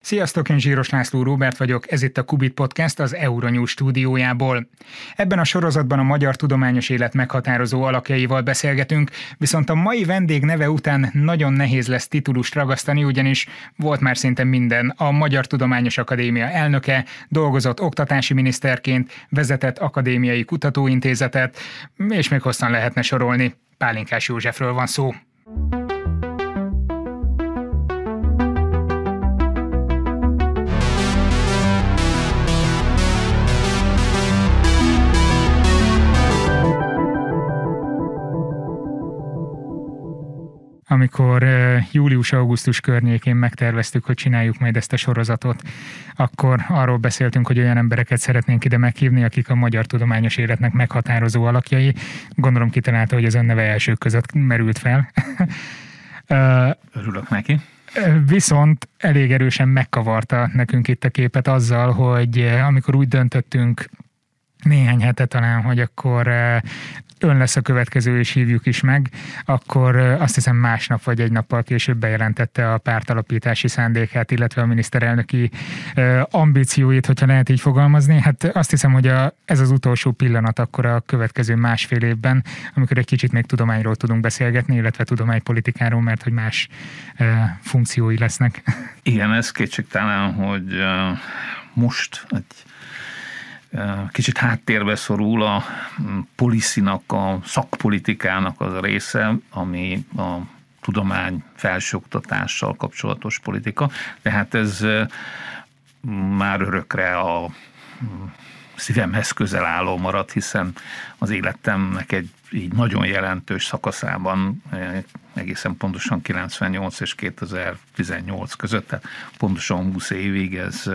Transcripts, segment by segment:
Sziasztok, én Zsíros László Róbert vagyok, ez itt a Kubit Podcast az Euronews stúdiójából. Ebben a sorozatban a magyar tudományos élet meghatározó alakjaival beszélgetünk, viszont a mai vendég neve után nagyon nehéz lesz titulust ragasztani, ugyanis volt már szinte minden. A Magyar Tudományos Akadémia elnöke, dolgozott oktatási miniszterként, vezetett akadémiai kutatóintézetet, és még hosszan lehetne sorolni. Pálinkás Józsefről van szó. Amikor július-augusztus környékén megterveztük, hogy csináljuk majd ezt a sorozatot, akkor arról beszéltünk, hogy olyan embereket szeretnénk ide meghívni, akik a magyar tudományos életnek meghatározó alakjai. Gondolom kitalálta, hogy az ön neve elsők között merült fel. Örülök neki. Viszont elég erősen megkavarta nekünk itt a képet azzal, hogy amikor úgy döntöttünk néhány hete talán, hogy akkor ön lesz a következő, és hívjuk is meg, akkor azt hiszem másnap vagy egy nappal később bejelentette a pártalapítási szándékát, illetve a miniszterelnöki ambícióit, hogyha lehet így fogalmazni. Hát azt hiszem, hogy ez az utolsó pillanat akkor a következő másfél évben, amikor egy kicsit még tudományról tudunk beszélgetni, illetve tudománypolitikáról, mert hogy más funkciói lesznek. Igen, ez kétségtelen, hogy most egy kicsit háttérbe szorul a policynak, a szakpolitikának az a része, ami a tudomány felsőoktatással kapcsolatos politika. Tehát ez már örökre a szívemhez közel álló maradt, hiszen az életemnek egy így nagyon jelentős szakaszában, egészen pontosan 98 és 2018 között, tehát pontosan 20 évig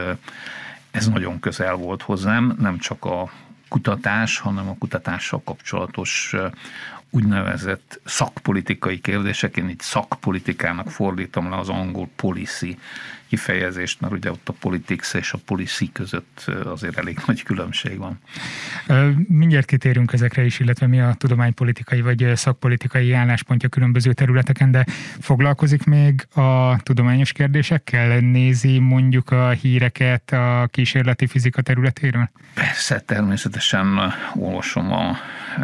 ez nagyon közel volt hozzám, nem csak a kutatás, hanem a kutatással kapcsolatos úgynevezett szakpolitikai kérdések. Én így szakpolitikának fordítom le az angol policy kifejezést, mert ugye ott a politics és a policy között azért elég nagy különbség van. Mindjárt kitérünk ezekre is, illetve mi a tudománypolitikai vagy szakpolitikai álláspontja különböző területeken, de foglalkozik még a tudományos kérdésekkel? Nézi mondjuk a híreket a kísérleti fizika területéről? Persze, természetesen olvasom a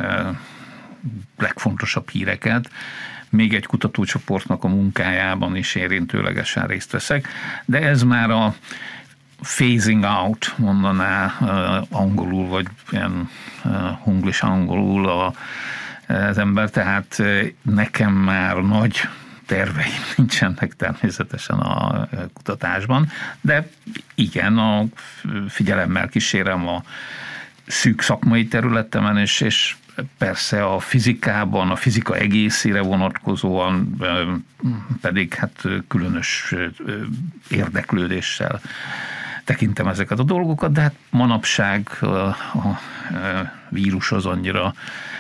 legfontosabb híreket. Még egy kutatócsoportnak a munkájában is érintőlegesen részt veszek, de ez már a phasing out, mondaná angolul, vagy ilyen hunglish angolul az ember, tehát nekem már nagy terveim nincsenek természetesen a kutatásban, de igen, a figyelemmel kísérem a szűk szakmai területemen, és persze a fizikában, a fizika egészére vonatkozóan pedig hát különös érdeklődéssel tekintem ezeket a dolgokat, de hát manapság a vírus az annyira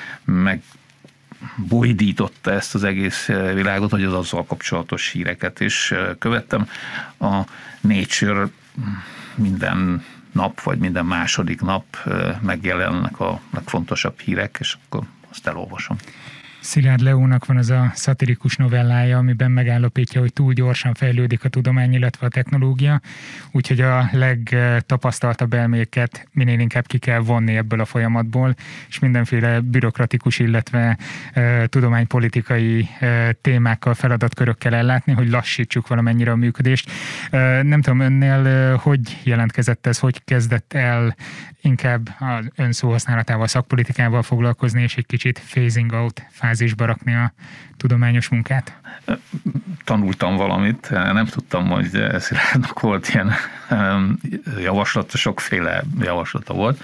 megbojdította ezt az egész világot, hogy az azzal kapcsolatos híreket is követtem. A Nature minden nap, vagy minden második nap megjelennek a legfontosabb hírek, és akkor azt elolvasom. Szilárd Leónak van az a szatirikus novellája, amiben megállapítja, hogy túl gyorsan fejlődik a tudomány, illetve a technológia, úgyhogy a legtapasztaltabb elméket minél inkább ki kell vonni ebből a folyamatból, és mindenféle bürokratikus, illetve tudománypolitikai témákkal, feladatkörökkel ellátni, hogy lassítsuk valamennyire a működést. Nem tudom, önnél hogy jelentkezett ez, hogy kezdett el inkább az ön szóhasználatával, szakpolitikával foglalkozni, és egy kicsit phasing out fázisba rakni a tudományos munkát? Tanultam valamit, nem tudtam, hogy Szilárdnak volt ilyen javaslata, sokféle javaslata volt.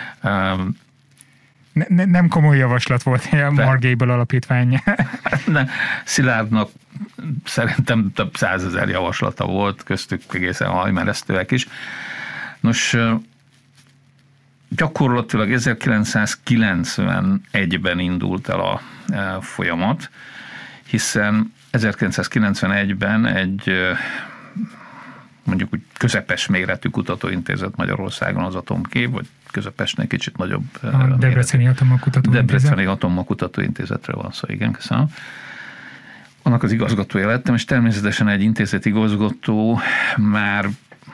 Nem komoly javaslat volt, a Margable alapítvány. Szilárdnak szerintem több 100 000 javaslata volt, köztük egészen hajmeresztőek is. Nos, gyakorlatilag 1991-ben indult el a folyamat, hiszen 1991-ben egy mondjuk úgy közepes méretű kutatóintézet Magyarországon, az Atomkép, vagy közepesnél kicsit nagyobb. A Debreceni Atommag Kutatóintézet. Debreceni Atommag Kutatóintézetről van szó, igen, köszönöm. annak az igazgatója lettem, és természetesen egy intézet igazgató már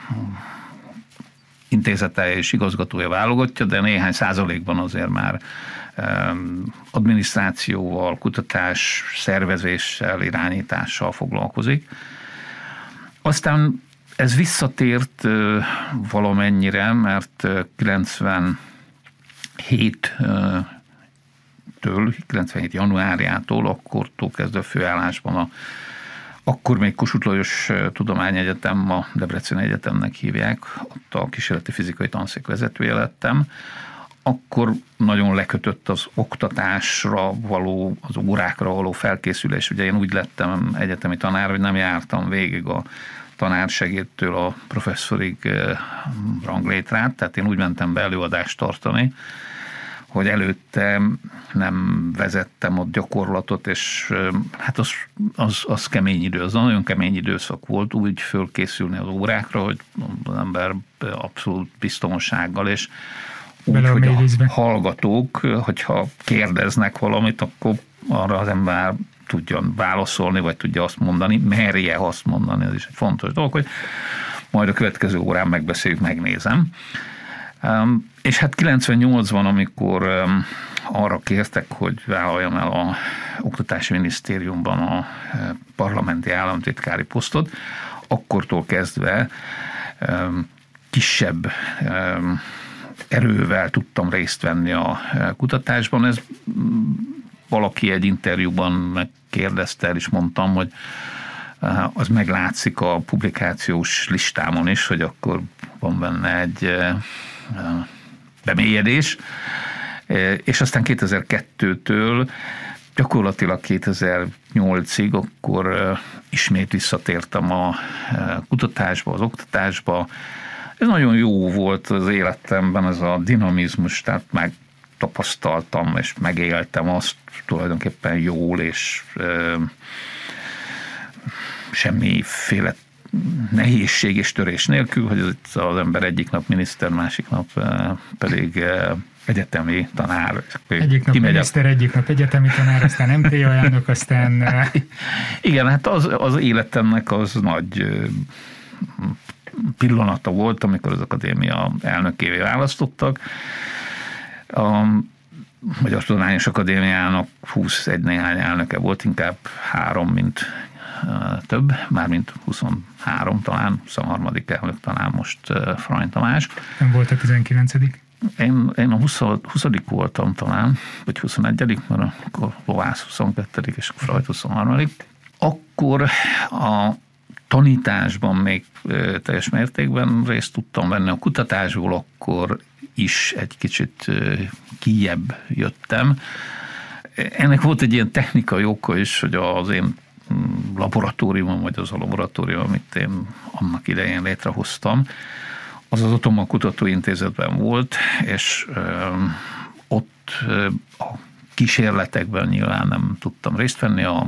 intézete és igazgatója válogatja, de néhány százalékban azért már adminisztrációval, kutatás, szervezéssel, irányítással foglalkozik. Aztán ez visszatért valamennyire, mert 97 januárjától, akkortól kezdve főállásban akkor még Kossuth Lajos Tudományegyetem, ma Debreceni Egyetemnek hívják, ott a kísérleti fizikai tanszék vezetője lettem. Akkor nagyon lekötött az oktatásra való, az órákra való felkészülés. Ugye én úgy lettem egyetemi tanár, hogy nem jártam végig a tanársegédtől a professzorig ranglétrát, tehát én úgy mentem be előadást tartani, hogy előtte nem vezettem ott gyakorlatot, és hát az kemény idő, az nagyon kemény időszak volt, úgy fölkészülni az órákra, hogy az ember abszolút biztonsággal, és úgy, hogy a hallgatók, hogyha kérdeznek valamit, akkor arra az ember tudjon válaszolni, vagy tudja azt mondani, merje azt mondani, ez is egy fontos dolog, hogy majd a következő órán megbeszéljük, megnézem. És hát 98-ban, amikor arra kértek, hogy vállaljam el az Oktatási Minisztériumban a parlamenti államtitkári posztot, akkortól kezdve kisebb erővel tudtam részt venni a kutatásban. Ez valaki egy interjúban megkérdezte, el is mondtam, hogy az meglátszik a publikációs listámon is, hogy akkor van benne egy bemélyedés, és aztán 2002-től gyakorlatilag 2008-ig akkor ismét visszatértem a kutatásba, az oktatásba. Ez nagyon jó volt az életemben, ez a dinamizmus, tehát megtapasztaltam és megéltem azt tulajdonképpen jól, és semmiféle nehézség és törés nélkül, hogy az ember egyik nap miniszter, másik nap pedig egyetemi tanár. Egyik nap miniszter, egyik nap egyetemi tanár, aztán MT elnök, aztán... Igen, hát az életemnek az nagy pillanata volt, amikor az akadémia elnökévé választottak. A Magyar Tudományos Akadémiának 21 néhány elnöke volt, inkább 3, mint több, mármint 23 talán, 23. elnök talán most Frany Tamás. Nem volt a 19. Én a 20. voltam talán, vagy 21. mert akkor Lovász 22. és Frany 23. Akkor a tanításban még teljes mértékben részt tudtam venni, a kutatásból akkor is egy kicsit kijebb jöttem. Ennek volt egy ilyen technikai oka is, hogy az én laboratóriumom, vagy az a laboratórium, amit én annak idején létrehoztam, az Ottomán Kutatóintézetben volt, és ott a kísérletekben nyilván nem tudtam részt venni, a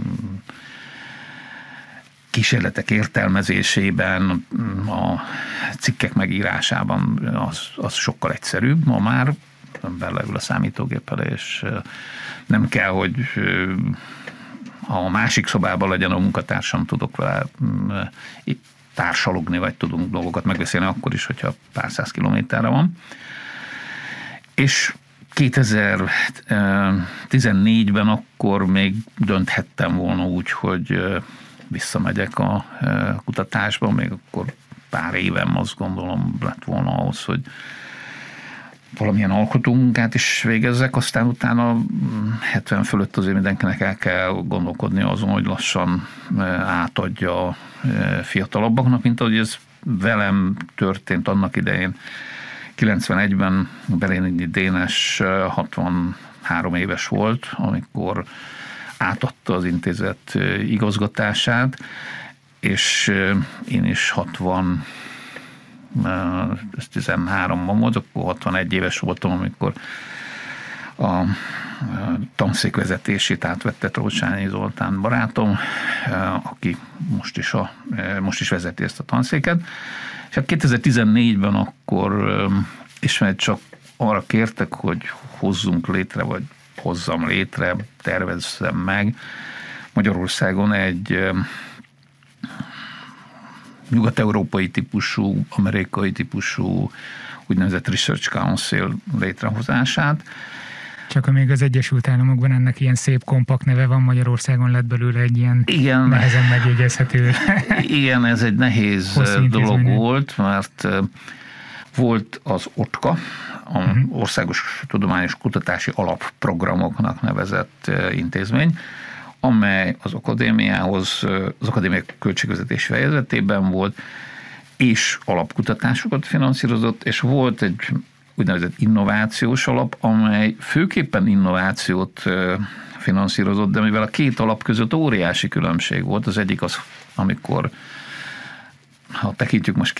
kísérletek értelmezésében, a cikkek megírásában az sokkal egyszerűbb. Ma már ember leül a számítógéppel, és nem kell, hogy a másik szobában legyen a munkatársam, tudok vele társalogni, vagy tudunk dolgokat megbeszélni akkor is, hogyha pár száz kilométerre van. És 2014-ben akkor még dönthettem volna úgy, hogy visszamegyek a kutatásba, még akkor pár évem azt gondolom lett volna ahhoz, hogy valamilyen alkotómunkát is végezzek, aztán utána 70 fölött azért mindenkinek el kell gondolkodni azon, hogy lassan átadja a fiatalabbaknak, mint ahogy ez velem történt annak idején. 91-ben Belényi Dénes 63 éves volt, amikor átadta az intézet igazgatását, és én is 13-ban volt, akkor 61 éves voltam, amikor a tanszékvezetését átvette Trócsányi Zoltán barátom, aki most is vezeti ezt a tanszéket. És hát 2014-ben akkor ismét csak arra kértek, hogy hozzunk létre, vagy hozzam létre, tervezzem meg Magyarországon egy nyugat-európai típusú, amerikai típusú úgynevezett Research Council létrehozását. Csak amíg az Egyesült Államokban ennek ilyen szép kompakt neve van, Magyarországon lett belőle egy ilyen nehezen megjegyezhető. Igen, ez egy nehéz dolog volt, mert volt az OTKA, Országos Tudományos Kutatási Alapprogramoknak nevezett intézmény, amely az akadémiai költségvezetés fejezetében volt, és alapkutatásokat finanszírozott, és volt egy úgynevezett innovációs alap, amely főképpen innovációt finanszírozott, de mivel a két alap között óriási különbség volt, az egyik az, amikor, ha tekintjük most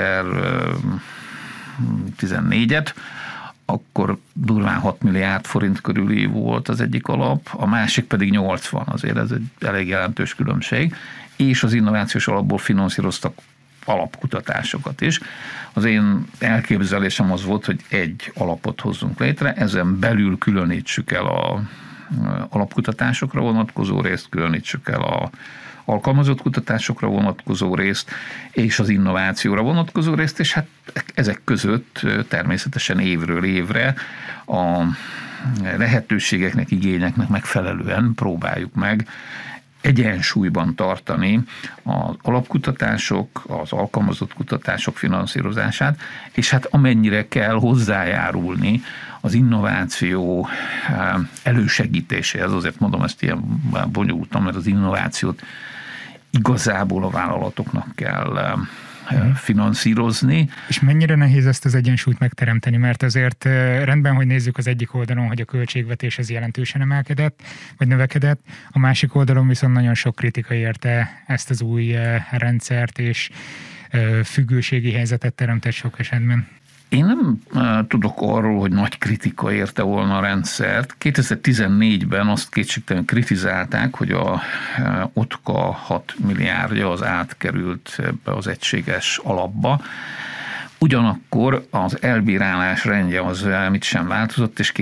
2014-et, akkor durván 6 milliárd forint körüli volt az egyik alap, a másik pedig 80, azért ez egy elég jelentős különbség, és az innovációs alapból finanszíroztak alapkutatásokat is. Az én elképzelésem az volt, hogy egy alapot hozzunk létre, ezen belül különítsük el a alapkutatásokra vonatkozó részt, különítsük el a alkalmazott kutatásokra vonatkozó részt, és az innovációra vonatkozó részt, és hát ezek között természetesen évről évre a lehetőségeknek, igényeknek megfelelően próbáljuk meg egyensúlyban tartani az alapkutatások, az alkalmazott kutatások finanszírozását, és hát amennyire kell hozzájárulni az innováció elősegítéséhez. Azért mondom ezt ilyen bonyolultan, mert az innovációt igazából a vállalatoknak kell finanszírozni. És mennyire nehéz ezt az egyensúlyt megteremteni, mert azért rendben, hogy nézzük az egyik oldalon, hogy a költségvetés az jelentősen emelkedett, vagy növekedett, a másik oldalon viszont nagyon sok kritika érte ezt az új rendszert, és függőségi helyzetet teremtett sok esetben. Én nem tudok arról, hogy nagy kritika érte volna a rendszert. 2014-ben azt kétségtelenül kritizálták, hogy a OTKA 6 milliárdja az átkerült ebbe az egységes alapba. Ugyanakkor az elbírálás rendje az mit sem változott, és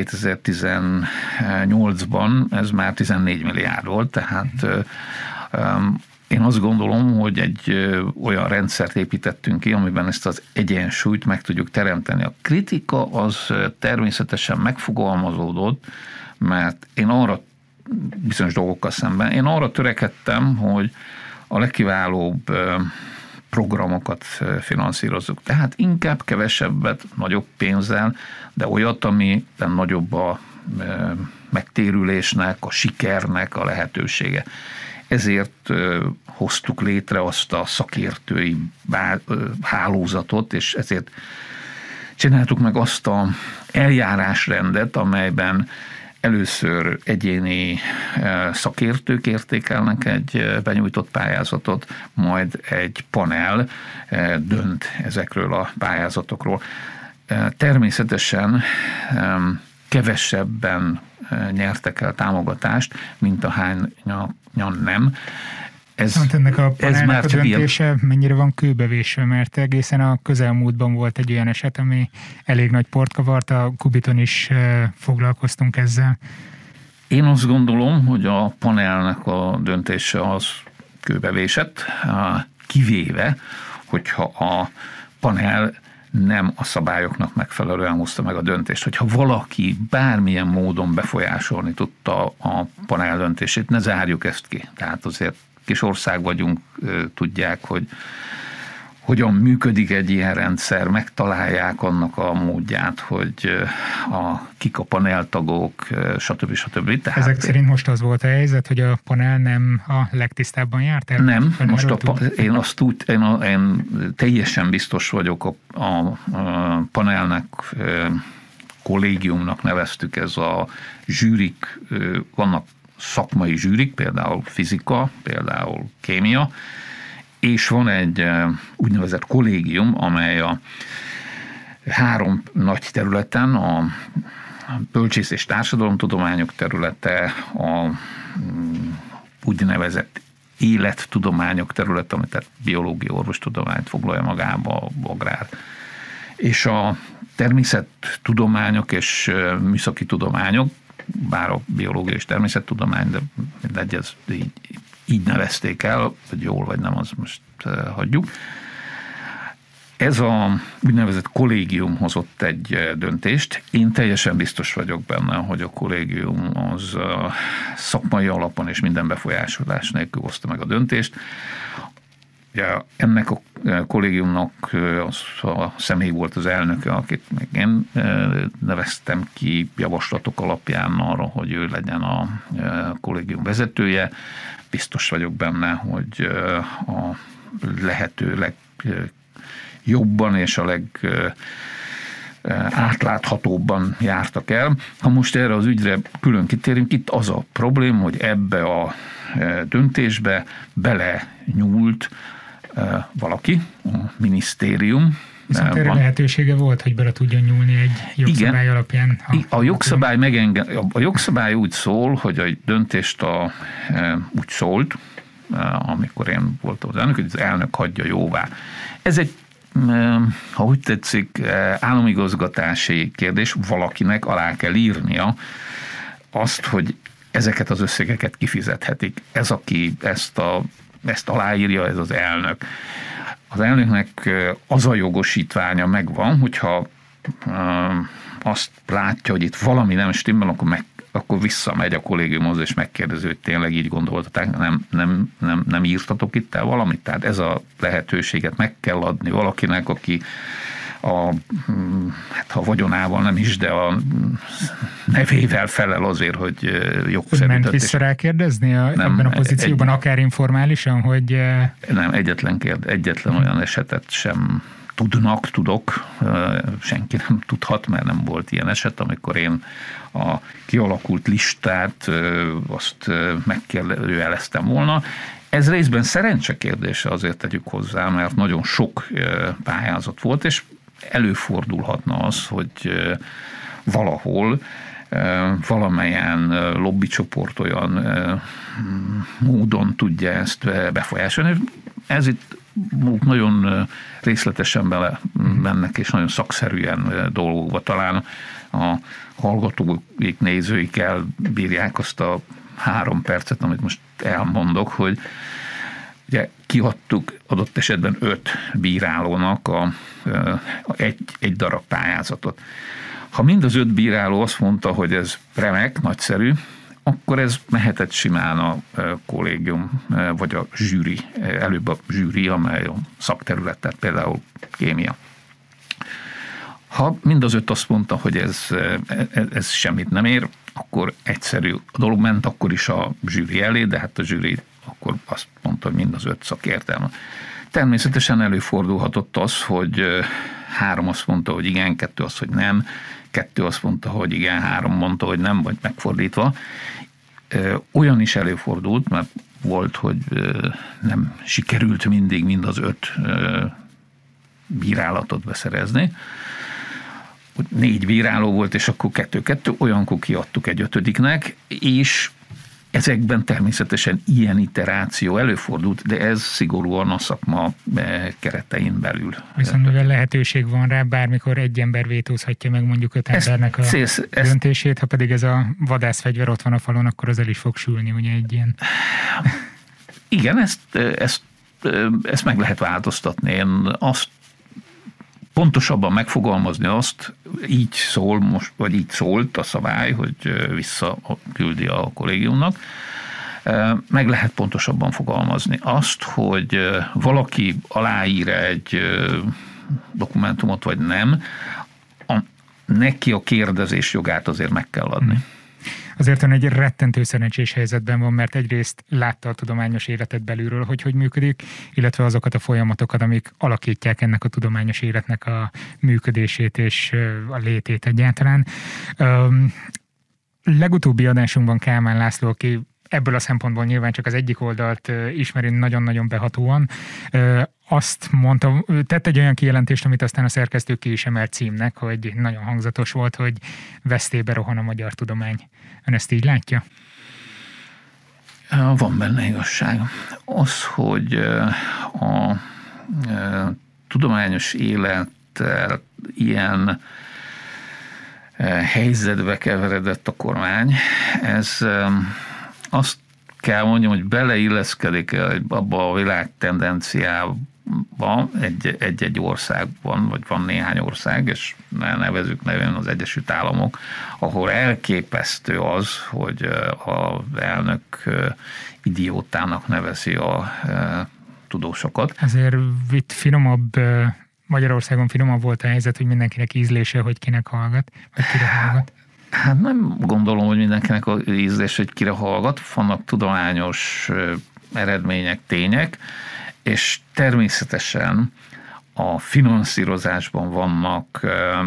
2018-ban ez már 14 milliárd volt, tehát én azt gondolom, hogy egy olyan rendszert építettünk ki, amiben ezt az egyensúlyt meg tudjuk teremteni. A kritika az természetesen megfogalmazódott, mert én arra, bizonyos dolgokkal szemben, én arra törekedtem, hogy a legkiválóbb programokat finanszírozzuk. Tehát inkább kevesebbet, nagyobb pénzzel, de olyat, amiben nagyobb a megtérülésnek, a sikernek a lehetősége. Ezért hoztuk létre azt a szakértői hálózatot, és ezért csináltuk meg azt a eljárásrendet, amelyben először egyéni szakértők értékelnek egy benyújtott pályázatot, majd egy panel dönt ezekről a pályázatokról. Természetesen kevesebben nyertek el támogatást, mint ahányan nem. Ennek a panelnek a döntése mennyire van kőbevésve, mert egészen a közelmúltban volt egy olyan eset, ami elég nagy port kavart, a Kubiton is foglalkoztunk ezzel. Én azt gondolom, hogy a panelnek a döntése az kőbevésett, kivéve, hogyha a panel nem a szabályoknak megfelelően hozta meg a döntést. Hogyha valaki bármilyen módon befolyásolni tudta a panel döntését, ne zárjuk ezt ki. Tehát azért kis ország vagyunk, tudják, hogy hogyan működik egy ilyen rendszer, megtalálják annak a módját, hogy kik a paneltagok, stb. Tehát ezek szerint most az volt a helyzet, hogy a panel nem a legtisztábban járt el? Nem, most én teljesen biztos vagyok a panelnek, kollégiumnak neveztük, ez a zsűrik, vannak szakmai zsűrik, például fizika, például kémia, és van egy úgynevezett kollégium, amely a 3 nagy területen, a bölcsész és társadalomtudományok területe, a úgynevezett élettudományok területe, ami tehát biológia, orvostudományt foglalja magába, agrár, és a természettudományok és műszaki tudományok, bár a biológia és természettudomány, de mindegy, ez így nevezték el, hogy jól vagy nem, az most hagyjuk. Ez a úgynevezett kollégium hozott egy döntést. Én teljesen biztos vagyok benne, hogy a kollégium az szakmai alapon és minden befolyásolás nélkül hozta meg a döntést. Ugye ennek a kollégiumnak az a személy volt az elnöke, akit még én neveztem ki javaslatok alapján arra, hogy ő legyen a kollégium vezetője. Biztos vagyok benne, hogy a lehető legjobban és a legátláthatóbban jártak el. Ha most erre az ügyre külön kitérünk, itt az a probléma, hogy ebbe a döntésbe bele nyúlt valaki, a minisztérium. Viszont erre lehetősége volt, hogy bele tudjon nyúlni egy jogszabály igen, alapján. A jogszabály úgy szól, hogy a döntést úgy szólt, amikor én voltam az elnök, hogy az elnök hagyja jóvá. Ez egy, ha úgy tetszik, államigazgatási kérdés, valakinek alá kell írnia azt, hogy ezeket az összegeket kifizethetik. Ez, aki ezt aláírja, ez az elnök. Az elnöknek az a jogosítványa megvan, hogyha azt látja, hogy itt valami nem stimmel, akkor visszamegy a kollégiumhoz, és megkérdezi, hogy tényleg így gondoltatok, nem írtatok itt el valamit. Tehát ez a lehetőséget meg kell adni valakinek, aki ha vagyonával nem is, de a nevével felel azért, hogy jogszerű. Ment vissza rákérdezni ebben a pozícióban, akár informálisan, hogy... Nem, egyetlen olyan esetet sem tudok, senki nem tudhat, mert nem volt ilyen eset, amikor én a kialakult listát azt megkérdőjeleztem volna. Ez részben szerencse kérdése, azért tegyük hozzá, mert nagyon sok pályázat volt, és előfordulhatna az, hogy valahol valamelyen lobbycsoport olyan módon tudja ezt befolyásolni. Ez itt nagyon részletesen bele mennek, és nagyon szakszerűen dolgokba. Talán a hallgatóik, nézőik elbírják azt a 3 percet, amit most elmondok, hogy ugye kiadtuk adott esetben 5 bírálónak egy darab pályázatot. Ha mind az 5 bíráló azt mondta, hogy ez remek, nagyszerű, akkor ez mehetett simán a kollégium, vagy a zsűri, előbb a zsűri, amely a szakterület, tehát például kémia. Ha mind az 5 azt mondta, hogy ez semmit nem ér, akkor egyszerű a dolog, ment akkor is a zsűri elé, de hát a zsűri akkor azt mondta, hogy mind az 5 szakértelme. Természetesen előfordulhatott az, hogy 3 azt mondta, hogy igen, 2 azt, hogy nem, 2 azt mondta, hogy igen, 3 mondta, hogy nem, vagy megfordítva. Olyan is előfordult, mert volt, hogy nem sikerült mindig mind az 5 bírálatot beszerezni. 4 bíráló volt, és akkor 2-2, olyankor kiadtuk egy 5-nek, és ezekben természetesen ilyen iteráció előfordult, de ez szigorúan a szakma keretein belül. Viszont mivel lehetőség van rá, bármikor egy ember vétózhatja meg mondjuk 5 embernek a döntését, ha pedig ez a vadászfegyver ott van a falon, akkor az el is fog sülni, ugye egy ilyen. Igen, ezt meg lehet változtatni. Én azt pontosabban megfogalmazni azt, így szól most, vagy így szólt a szabály, hogy visszaküldi a kollégiumnak. Meg lehet pontosabban fogalmazni azt, hogy valaki aláír egy dokumentumot, vagy nem, neki a kérdezés jogát azért meg kell adni. Azért ön egy rettentő szerencsés helyzetben van, mert egyrészt látta a tudományos életet belülről, hogy működik, illetve azokat a folyamatokat, amik alakítják ennek a tudományos életnek a működését és a létét egyáltalán. Legutóbbi adásunkban Kálmán László, aki ebből a szempontból nyilván csak az egyik oldalt ismeri nagyon-nagyon behatóan, azt mondta, tett egy olyan kijelentést, amit aztán a szerkesztő ki is emelt címnek, hogy nagyon hangzatos volt, hogy vesztébe rohan a magyar tudomány. Ön ezt így látja? Van benne igazság. Az, hogy a tudományos élet ilyen helyzetbe keveredett a kormány. Ez azt kell mondjam, hogy beleilleszkedik abba a világ tendenciába egy-egy országban, vagy van néhány ország, és nevezzük nevén az Egyesült Államok, ahol elképesztő az, hogy az elnök idiótának nevezi a tudósokat. Ezért itt finomabb, Magyarországon finomabb volt a helyzet, hogy mindenkinek ízlése, hogy kinek hallgat, vagy kire hallgat. Hát nem gondolom, hogy mindenkinek az ízlés, hogy kire hallgat. Vannak tudományos eredmények, tények, és természetesen a finanszírozásban vannak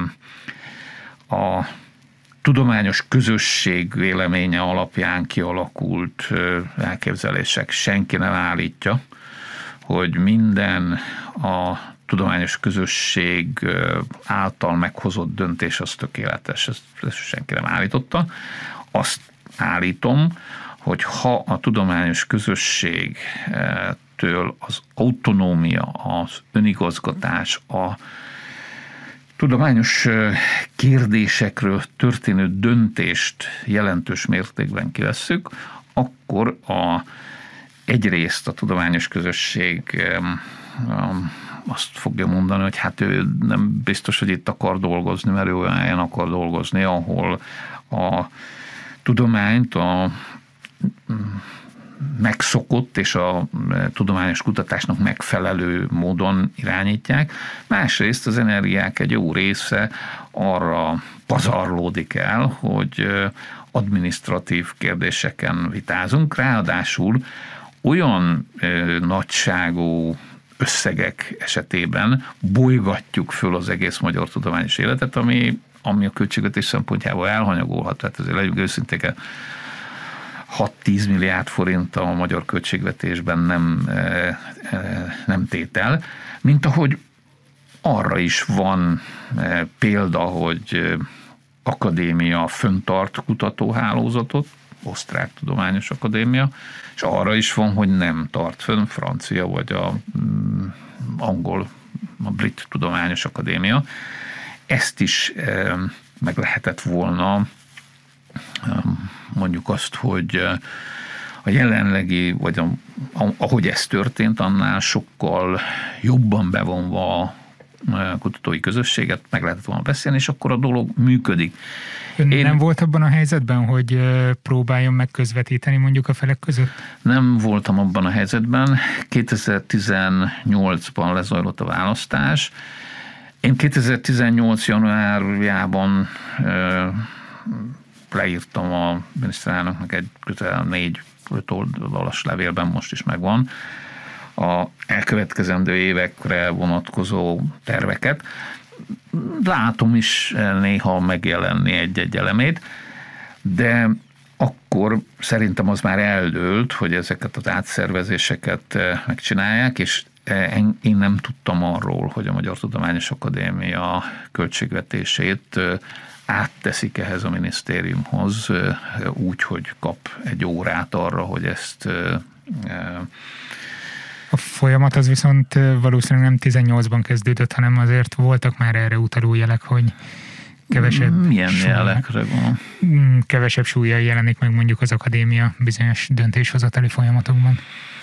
a tudományos közösség véleménye alapján kialakult elképzelések. Senki nem állítja, hogy minden a tudományos közösség által meghozott döntés az tökéletes. Ezt senki nem állította. Azt állítom, hogy ha a tudományos közösségtől az autonómia, az önigazgatás, a tudományos kérdésekről történő döntést jelentős mértékben kivesszük, akkor egyrészt a tudományos közösség azt fogja mondani, hogy hát ő nem biztos, hogy itt akar dolgozni, mert ő olyan helyen akar dolgozni, ahol a tudományt a megszokott és a tudományos kutatásnak megfelelő módon irányítják. Másrészt az energiák egy jó része arra pazarlódik el, hogy adminisztratív kérdéseken vitázunk, ráadásul olyan nagyságú összegek esetében bolygatjuk föl az egész magyar tudományos életet, ami a költségvetés szempontjából elhanyagolhat. Tehát azért legyünk őszinték, 6-10 milliárd forint a magyar költségvetésben nem tétel, mint ahogy arra is van példa, hogy akadémia föntart kutatóhálózatot, Osztrák Tudományos Akadémia, és arra is van, hogy nem tart fönn, francia vagy angol, a Brit Tudományos Akadémia. Ezt is meg lehetett volna mondjuk azt, hogy a jelenlegi, vagy ahogy ez történt, annál sokkal jobban bevonva a kutatói közösséget meg lehetett volna beszélni, és akkor a dolog működik. Ön nem volt abban a helyzetben, hogy próbáljon meg közvetíteni mondjuk a felek között? Nem voltam abban a helyzetben. 2018-ban lezajlott a választás. Én 2018. januárjában leírtam a miniszterelnöknek egy közel 4-5 oldalas levélben, most is megvan, a elkövetkezendő évekre vonatkozó terveket. Látom is néha megjelenni egy-egy elemét, de akkor szerintem az már eldőlt, hogy ezeket az átszervezéseket megcsinálják, és én nem tudtam arról, hogy a Magyar Tudományos Akadémia költségvetését átteszik ehhez a minisztériumhoz úgy, hogy kap egy órát arra, hogy ezt... A folyamat az viszont valószínűleg nem 18-ban kezdődött, hanem azért voltak már erre utaló jelek, hogy kevesebb... Milyen jelekre van? Kevesebb súlya jelenik meg mondjuk az akadémia bizonyos döntéshozatali folyamatokban.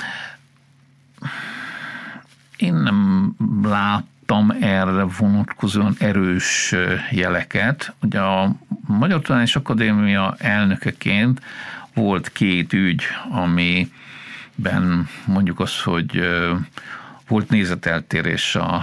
Én nem láttam erre vonatkozóan erős jeleket. Ugye a Magyar Tudományos Akadémia elnökeként volt 2 ügy, amiben mondjuk az, hogy volt nézeteltérés a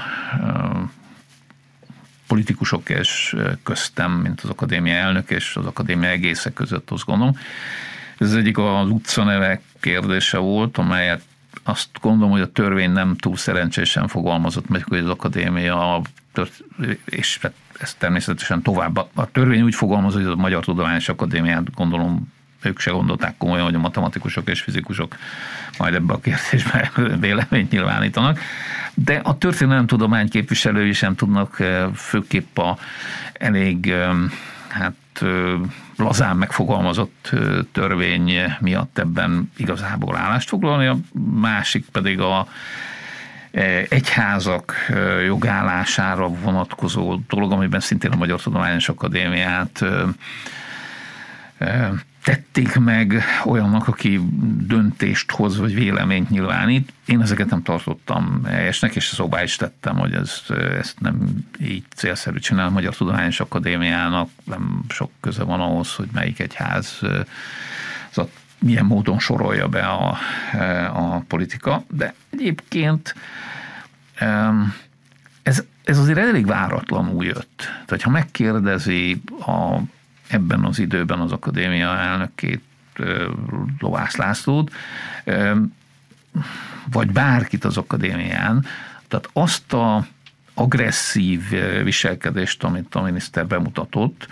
politikusok és köztem, mint az akadémia elnök és az akadémia egésze között, azt gondolom. Ez egyik az utcanevek kérdése volt, amelyet azt gondolom, hogy a törvény nem túl szerencsésen fogalmazott meg, hogy az akadémia, és ez természetesen tovább. A törvény úgy fogalmaz, hogy a Magyar Tudományos Akadémiát, gondolom, ők se gondolták komolyan, hogy a matematikusok és fizikusok majd ebbe a kérdésbe véleményt nyilvánítanak. De a történelemtudomány képviselői sem tudnak főképp a elég lazán megfogalmazott törvény miatt ebben igazából állást foglalni, a másik pedig egyházak jogállására vonatkozó dolog, amiben szintén a Magyar Tudományos Akadémiát tették meg olyannak, aki döntést hoz, vagy véleményt nyilvánít. Én ezeket nem tartottam helyesnek, és szóvá is tettem, hogy ezt nem így célszerű csinál. A Magyar Tudományos Akadémiának nem sok köze van ahhoz, hogy melyik egyház milyen módon sorolja be a politika, de egyébként ez azért elég váratlanul jött. Tehát ha megkérdezi ebben az időben az akadémia elnökét, Lovász Lászlót, vagy bárkit az akadémián, tehát azt a agresszív viselkedést, amit a miniszter bemutatott,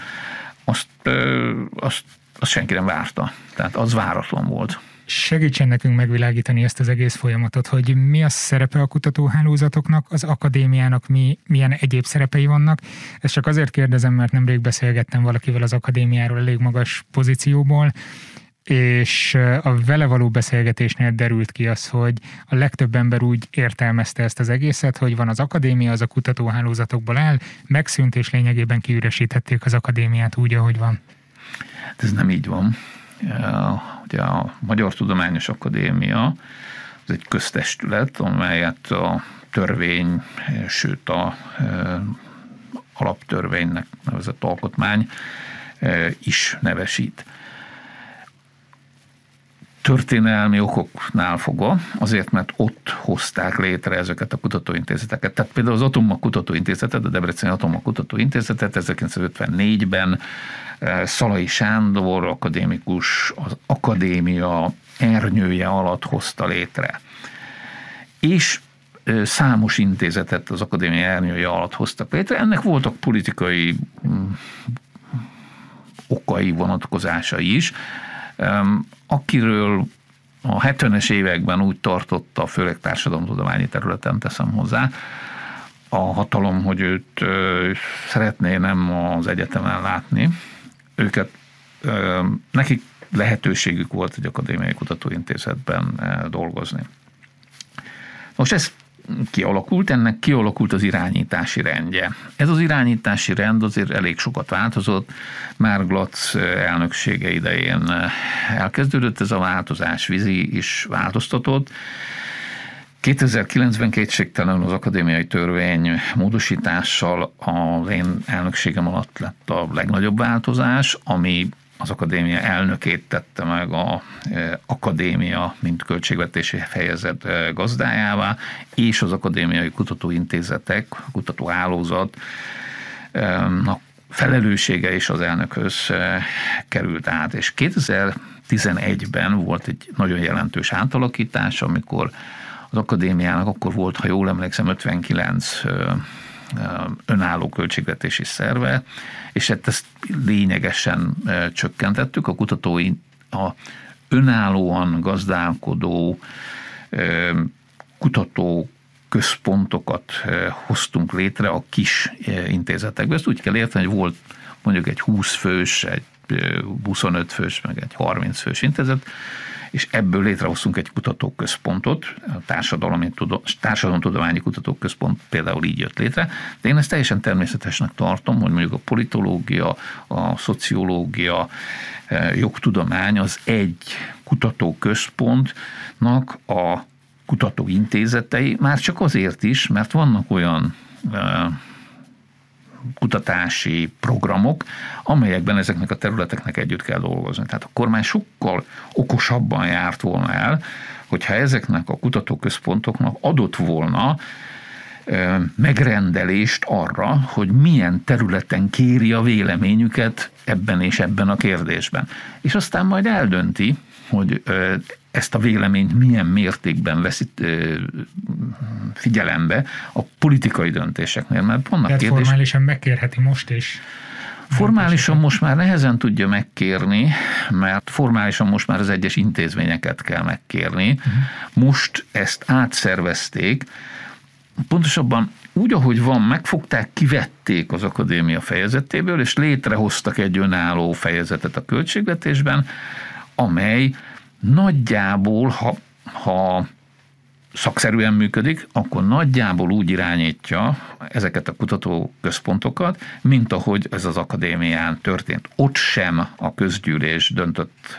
azt senki nem várta. Tehát az váratlan volt. Segítsen nekünk megvilágítani ezt az egész folyamatot, hogy mi a szerepe a kutatóhálózatoknak, az akadémiának milyen egyéb szerepei vannak. Ezt csak azért kérdezem, mert nemrég beszélgettem valakivel az akadémiáról elég magas pozícióból, és a vele való beszélgetésnél derült ki az, hogy a legtöbb ember úgy értelmezte ezt az egészet, hogy van az akadémia, az a kutatóhálózatokból áll, megszűnt, és lényegében kiüresíthették az akadémiát úgy, ahogy van. Ez nem így van. Ugye a Magyar Tudományos Akadémia az egy köztestület, amelyet a törvény, sőt a alaptörvénynek nevezett alkotmány is nevesít. Történelmi okoknál fogva, azért, mert ott hozták létre ezeket a kutatóintézeteket. Tehát például az Atommag Kutatóintézetet, a Debreceni Atommag Kutatóintézetet 1954-ben Szalai Sándor akadémikus az akadémia ernyője alatt hozta létre. És számos intézetet az akadémia ernyője alatt hoztak létre. Ennek voltak politikai okai, vonatkozásai is, akiről a 70-es években úgy tartotta, főleg társadalomtudományi területen teszem hozzá, a hatalom, hogy őt szeretné nem az egyetemen látni. Nekik lehetőségük volt egy akadémiai kutatóintézetben dolgozni. Most ez kialakult, ennek kialakult az irányítási rendje. Ez az irányítási rend azért elég sokat változott, már Glatz elnöksége idején elkezdődött ez a változás, Vizi is változtatott. 2009-ben kétségtelenül az akadémiai törvény módosítással az én elnökségem alatt lett a legnagyobb változás, ami az akadémia elnökét tette meg a akadémia, mint költségvetési fejezet gazdájává, és az akadémiai kutatóintézetek, kutatóhálózat felelőssége is az elnökhöz került át. És 2011-ben volt egy nagyon jelentős átalakítás, amikor az akadémiának akkor volt, ha jól emlékszem, 59 önálló költségvetési szerve, és ezt lényegesen csökkentettük. A kutatói a önállóan gazdálkodó kutatóközpontokat hoztunk létre a kis intézetekbe. Ezt úgy kell érteni, hogy volt mondjuk egy 20 fős, egy 25 fős, meg egy 30 fős intézet, és ebből létrehoztunk egy kutatóközpontot, a Társadalomtudományi Kutatóközpont például így jött létre, de én ezt teljesen természetesnek tartom, hogy mondjuk a politológia, a szociológia, jogtudomány az egy kutatóközpontnak a kutatóintézetei, már csak azért is, mert vannak olyan kutatási programok, amelyekben ezeknek a területeknek együtt kell dolgozni. Tehát a kormány sokkal okosabban járt volna el, hogyha ezeknek a kutatóközpontoknak adott volna megrendelést arra, hogy milyen területen kéri a véleményüket ebben és ebben a kérdésben. És aztán majd eldönti, hogy ezt a véleményt milyen mértékben veszi figyelembe a politikai döntéseknél, mert vannak kérdések. Tehát formálisan megkérheti most is? Formálisan most már nehezen tudja megkérni, mert formálisan most már az egyes intézményeket kell megkérni. Most ezt átszervezték, pontosabban úgy, ahogy van, megfogták, kivették az akadémia fejezetéből, és létrehoztak egy önálló fejezetet a költségvetésben, amely nagyjából, ha szakszerűen működik, akkor nagyjából úgy irányítja ezeket a kutatóközpontokat, mint ahogy ez az akadémián történt. Ott sem a közgyűlés döntött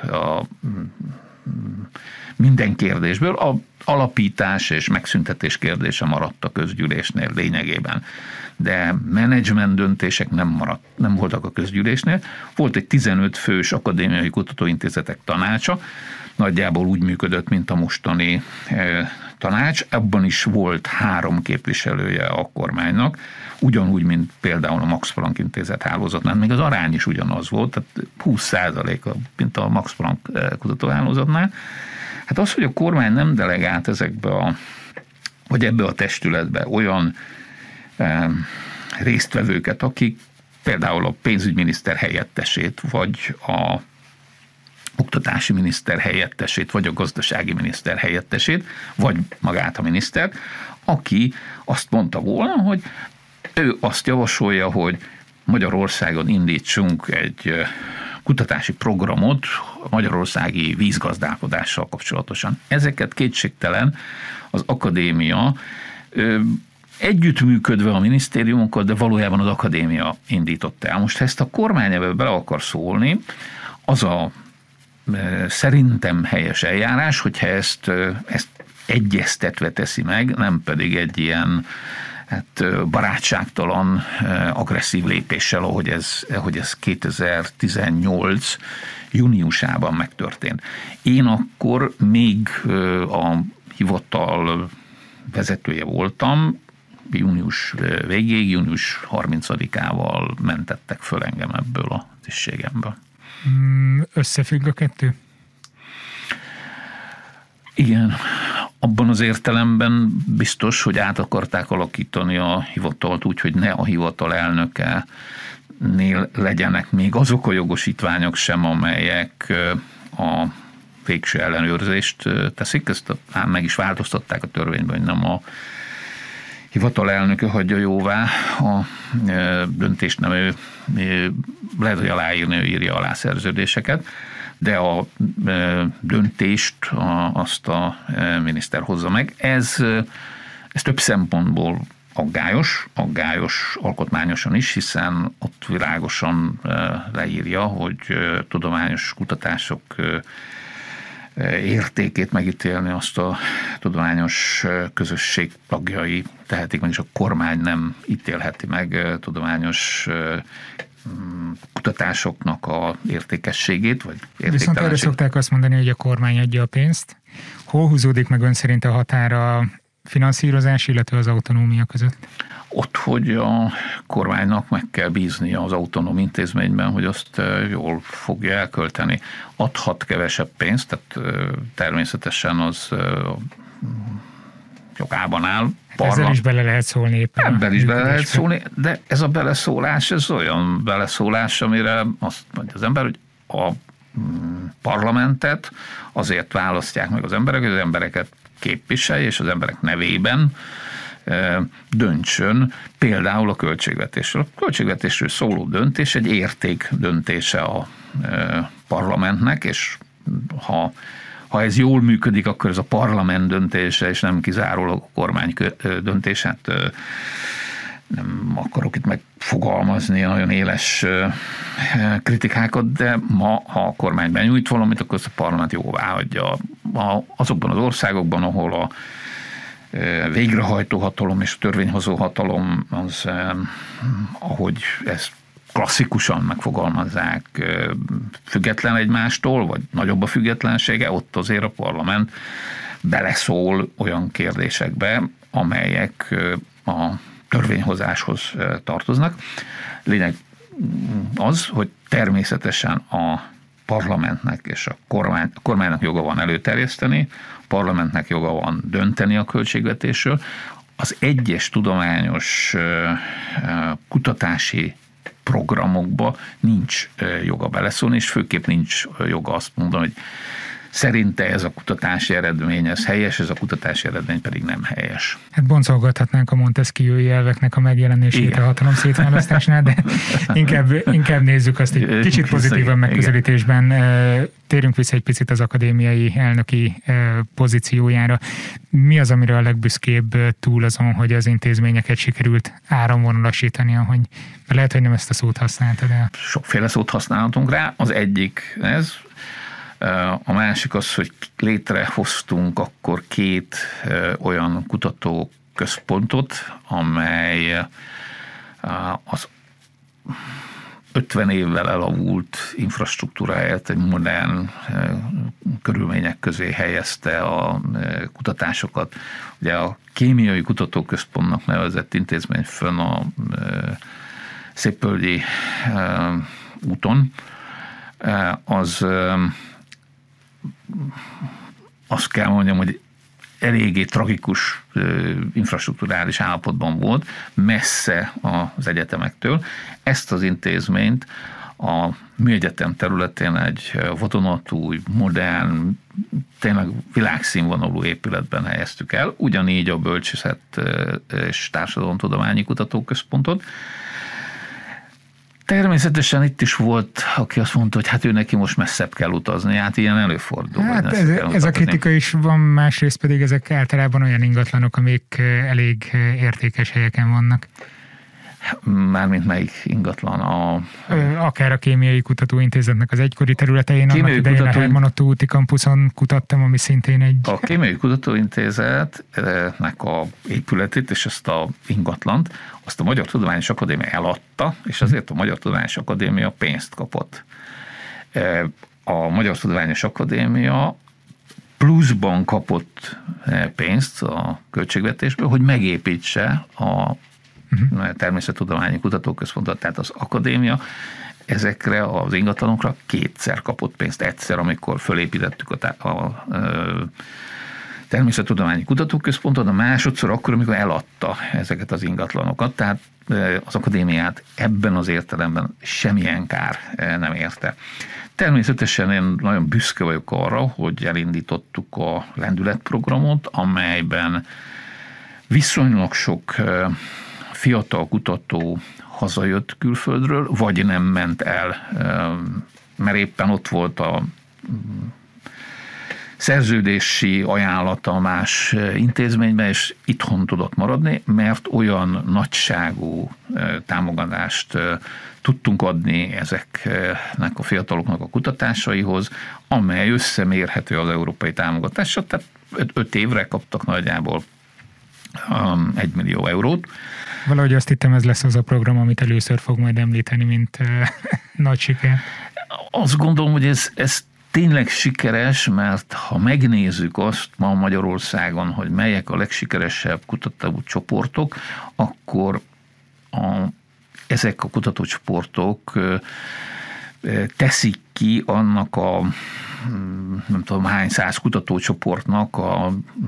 minden kérdésből, a alapítás és megszüntetés kérdése maradt a közgyűlésnél lényegében. De menedzsment döntések nem voltak a közgyűlésnél. Volt egy 15 fős akadémiai kutatóintézetek tanácsa, nagyjából úgy működött, mint a mostani tanács. Ebben is volt 3 képviselője a kormánynak, ugyanúgy, mint például a Max Planck intézet hálózatnál, még az arány is ugyanaz volt, tehát 20%, mint a Max Planck kutatóhálózatnál. Hát az, hogy a kormány nem delegált vagy ebbe a testületbe olyan résztvevőket, akik például a pénzügyminiszter helyettesét, vagy a oktatási miniszter helyettesét, vagy a gazdasági miniszter helyettesét, vagy magát a minisztert, aki azt mondta volna, hogy ő azt javasolja, hogy Magyarországon indítsunk egy kutatási programot a magyarországi vízgazdálkodással kapcsolatosan. Ezeket kétségtelen az akadémia együttműködve a minisztériumokkal, de valójában az akadémia indította el. Most ha ezt a kormány ebbe bele akar szólni, az a szerintem helyes eljárás, hogyha ezt egyeztetve teszi meg, nem pedig egy ilyen barátságtalan, agresszív lépéssel, ahogy ez 2018 júniusában megtörtént. Én akkor még a hivatal vezetője voltam, június végéig, június 30-ával mentettek föl engem ebből a tisztségemből. Összefügg a kettő? Igen, abban az értelemben biztos, hogy át akarták alakítani a hivatalt úgy, hogy ne a hivatal elnökenél legyenek még azok a jogosítványok sem, amelyek a végső ellenőrzést teszik. Ezt meg is változtatták a törvényben, hogy nem a hivatal elnöke hagyja jóvá a döntést, nem ő lehet, hogy aláírni, ő írja alá szerződéseket, de a döntést azt a miniszter hozza meg. Ez több szempontból aggályos alkotmányosan is, hiszen ott világosan leírja, hogy tudományos kutatások értékét megítélni azt a tudományos közösség tagjai tehetik, vagyis a kormány nem ítélheti meg tudományos kutatásoknak a értékességét, vagy értéktelenségét. Viszont erre szokták azt mondani, hogy a kormány adja a pénzt. Hol húzódik meg ön szerint a határa a finanszírozás, illetve az autonómia között? Ott, hogy a kormánynak meg kell bíznia az autonóm intézményben, hogy azt jól fogja elkölteni. Adhat kevesebb pénzt, tehát természetesen az jogában áll. Ezzel is bele lehet szólni éppen. Ebben is bele lehet szólni, de ez a beleszólás, ez olyan beleszólás, amire azt mondja az ember, hogy a parlamentet azért választják meg az emberek, hogy az embereket képviselje, és az emberek nevében döntsön például a költségvetésről. A költségvetésről szóló döntés egy érték döntése a parlamentnek, és ha ez jól működik, akkor ez a parlament döntése, és nem kizárólag a kormány döntését. Nem akarok itt megfogalmazni nagyon éles kritikákat, de ma, ha a kormány benyújt valamit, akkor ezt a parlament jóváhagyja. Azokban az országokban, ahol a végrehajtó hatalom és a törvényhozó hatalom az, ahogy ezt klasszikusan megfogalmazzák, független egymástól, vagy nagyobb a függetlensége, ott azért a parlament beleszól olyan kérdésekbe, amelyek a törvényhozáshoz tartoznak. Lényeg az, hogy természetesen a parlamentnek és a kormánynak joga van előterjeszteni, a parlamentnek joga van dönteni a költségvetésről. Az egyes tudományos kutatási programokba nincs joga beleszólni, és főképp nincs joga azt mondani, hogy szerinte ez a kutatási eredmény, ez helyes, ez a kutatási eredmény pedig nem helyes. Hát boncolgathatnánk a Montesquieu-i elveknek a megjelenését igen. A hatalom szétválasztásnál, de inkább nézzük azt egy kicsit pozitívan megközelítésben. Térjünk vissza egy picit az akadémiai elnöki pozíciójára. Mi az, amire a legbüszkébb túl azon, hogy az intézményeket sikerült áramvonalasítani, ahogy lehet, hogy nem ezt a szót használtad el? Sokféle szót használhatunk rá. Az egyik ez. A másik az, hogy létrehoztunk akkor 2 olyan kutatóközpontot, amely az 50 évvel elavult infrastruktúra helyett egy modern körülmények közé helyezte a kutatásokat. Ugye a Kémiai Kutatóközpontnak nevezett intézmény fönn a Szépvölgyi úton, az azt kell mondjam, hogy eléggé tragikus infrastrukturális állapotban volt, messze az egyetemektől. Ezt az intézményt a műegyetem területén egy vadonatúj, modern, tényleg világszínvonalú épületben helyeztük el, ugyanígy a Bölcsészet és Társadalomtudományi Kutatóközpontot. Természetesen itt is volt, aki azt mondta, hogy hát ő neki most messzebb kell utazni, hát ilyen előfordul. Hát ez a kritika is van, másrészt pedig ezek általában olyan ingatlanok, amik elég értékes helyeken vannak. Mármint melyik ingatlan? Akár a Kémiai Kutatóintézetnek az egykori területein, annak idején a Hermann-Ottó úti kampuszon kutattam, ami szintén egy... A Kémiai Kutatóintézetnek a épületét és ezt a ingatlant, azt a Magyar Tudományos Akadémia eladta, és azért a Magyar Tudományos Akadémia pénzt kapott. A Magyar Tudományos Akadémia pluszban kapott pénzt a költségvetésből, hogy megépítse a Természettudományi Kutatóközpontot, tehát az akadémia ezekre az ingatlanokra 2-szer kapott pénzt. Egyszer, amikor fölépítettük a Természettudományi Kutatóközpontot, a másodszor akkor, amikor eladta ezeket az ingatlanokat, tehát az akadémiát ebben az értelemben semmilyen kár nem érte. Természetesen én nagyon büszke vagyok arra, hogy elindítottuk a lendületprogramot, amelyben viszonylag sok fiatal kutató hazajött külföldről, vagy nem ment el, mert éppen ott volt a szerződési ajánlata más intézményben, és itthon tudott maradni, mert olyan nagyságú támogatást tudtunk adni ezeknek a fiataloknak a kutatásaihoz, amely összemérhető az európai támogatással, tehát 5 évre kaptak nagyjából 1 millió eurót. Valahogy azt hittem, ez lesz az a program, amit először fog majd említeni, mint nagy siker. Azt gondolom, hogy ez tényleg sikeres, mert ha megnézzük azt ma Magyarországon, hogy melyek a legsikeresebb kutatócsoportok, akkor ezek a kutatócsoportok teszik ki annak a nem tudom hány 100 kutatócsoportnak a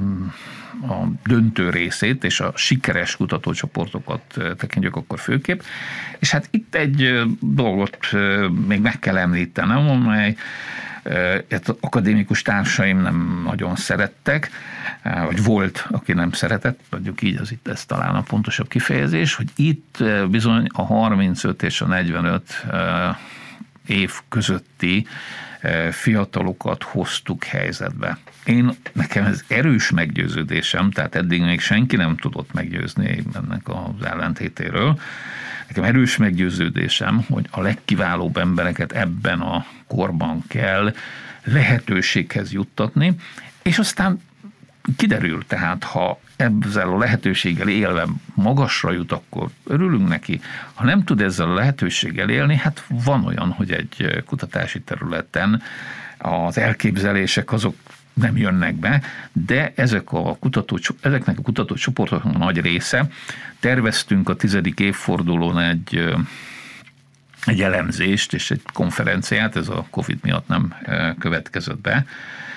döntő részét, és a sikeres kutatócsoportokat tekintjük akkor főképp. És hát itt egy dolgot még meg kell említenem, amely akadémikus társaim nem nagyon szerettek, vagy volt, aki nem szeretett, mondjuk így, ez talán a pontosabb kifejezés, hogy itt bizony a 35 és a 45 év közötti fiatalokat hoztuk helyzetbe. Nekem ez erős meggyőződésem, tehát eddig még senki nem tudott meggyőzni ennek az ellentétéről. Nekem erős meggyőződésem, hogy a legkiválóbb embereket ebben a korban kell lehetőséghez juttatni, és aztán kiderül, tehát ha ezzel a lehetőséggel élve magasra jut, akkor örülünk neki. Ha nem tud ezzel a lehetőséggel élni, hát van olyan, hogy egy kutatási területen az elképzelések azok nem jönnek be, de ezeknek a kutatócsoportoknak a nagy része. Terveztünk a 10. évfordulón egy elemzést és egy konferenciát, ez a Covid miatt nem következett be.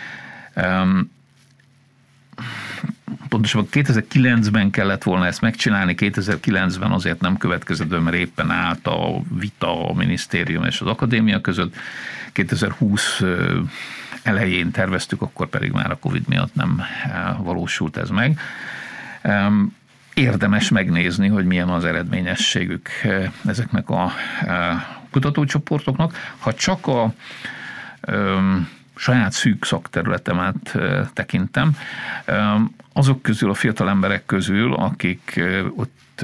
Pontosabban 2009-ben kellett volna ezt megcsinálni, 2009-ben azért nem következett be, mert éppen állt a vita a minisztérium és az akadémia között. 2020 elején terveztük, akkor pedig már a Covid miatt nem valósult ez meg. Érdemes megnézni, hogy milyen az eredményességük ezeknek a kutatócsoportoknak. Ha csak a saját szűk szakterületemet tekintem, azok közül, a fiatal emberek közül, akik ott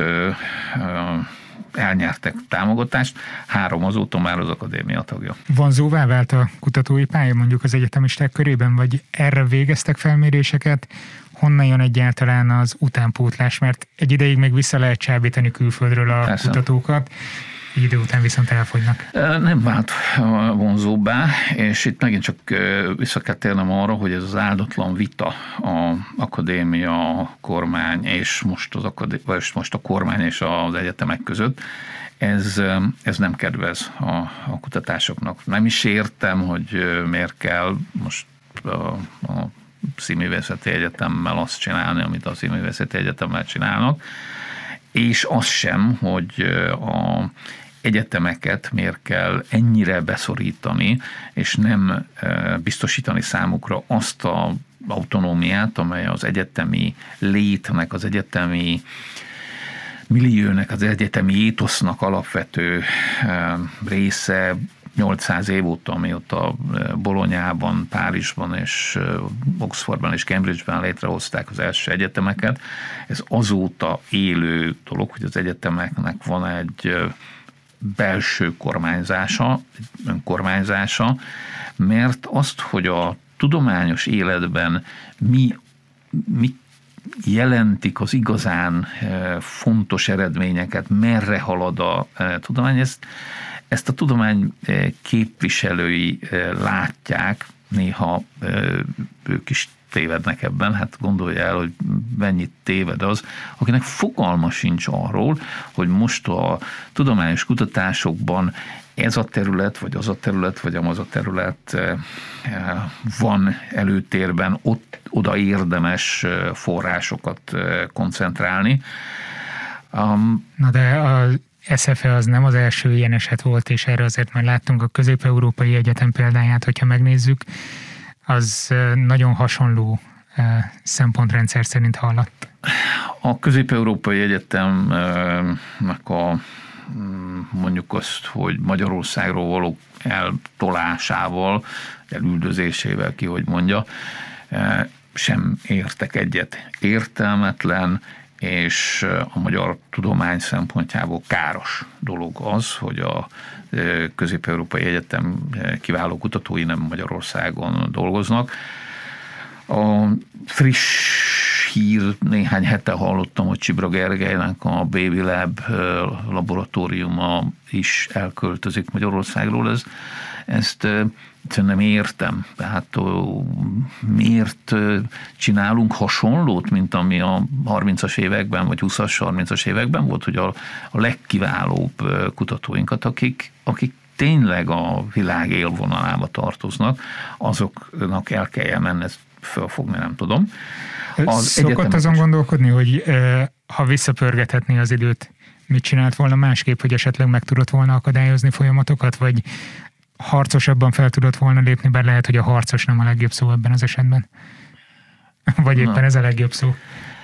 elnyertek támogatást, 3 azóta már az akadémia tagja. Vonzóvá vált a kutatói pálya mondjuk az egyetemisták körében, vagy erre végeztek felméréseket? Honnan jön egyáltalán az utánpótlás? Mert egy ideig még vissza lehet csábítani külföldről a Persze. kutatókat, egy idő után viszont elfogynak. Nem vált vonzóbbá, és itt megint csak vissza kell térnem arra, hogy ez az áldatlan vita a akadémia, a kormány és most a kormány és az egyetemek között, ez nem kedvez a kutatásoknak. Nem is értem, hogy miért kell most a Színművészeti Egyetemmel azt csinálni, amit a Színművészeti Egyetemmel csinálnak, és az sem, hogy a egyetemeket miért kell ennyire beszorítani, és nem biztosítani számukra azt az autonómiát, amely az egyetemi létnek, az egyetemi milliónek, az egyetemi étosznak alapvető része. 800 év óta, amióta Bolonyában, Párizsban és Oxfordban és Cambridgeben létrehozták az első egyetemeket. Ez azóta élő dolog, hogy az egyetemeknek van egy belső kormányzása, önkormányzása, mert azt, hogy a tudományos életben mi jelentik az igazán fontos eredményeket, merre halad a tudomány, ezt a tudomány képviselői látják, néha ők is tévednek ebben, hát gondolja el, hogy mennyit téved az, akinek fogalma sincs arról, hogy most a tudományos kutatásokban ez a terület, vagy az a terület, vagy az a terület van előtérben, oda érdemes forrásokat koncentrálni. Na de a SFE az nem az első ilyen eset volt, és erre azért már láttunk a Közép-Európai Egyetem példáját, hogyha megnézzük, az nagyon hasonló szempontrendszer szerint hallott. A Közép-Európai Egyetemnek mondjuk azt, hogy Magyarországról való eltolásával, elüldözésével, ki hogy mondja, sem értek egyet. Értelmetlen, és a magyar tudomány szempontjából káros dolog az, hogy a Közép-Európai Egyetem kiváló kutatói nem Magyarországon dolgoznak. A friss hír, néhány hete hallottam, hogy Csibra Gergelynek a Baby Lab laboratóriuma is elköltözik Magyarországról. Ezt nem értem. Tehát miért csinálunk hasonlót, mint ami a 30-as években, vagy 20-as, 30-as években volt, hogy a legkiválóbb kutatóinkat, akik tényleg a világ élvonalába tartoznak, azoknak el kelljen menni, ezt fölfogni nem tudom. Szokott azon gondolkodni, hogy ha visszapörgethetné az időt, mit csinált volna másképp, hogy esetleg meg tudott volna akadályozni folyamatokat, vagy harcosabban fel tudott volna lépni, bár lehet, hogy a harcos nem a legjobb szó ebben az esetben. Vagy éppen ez a legjobb szó.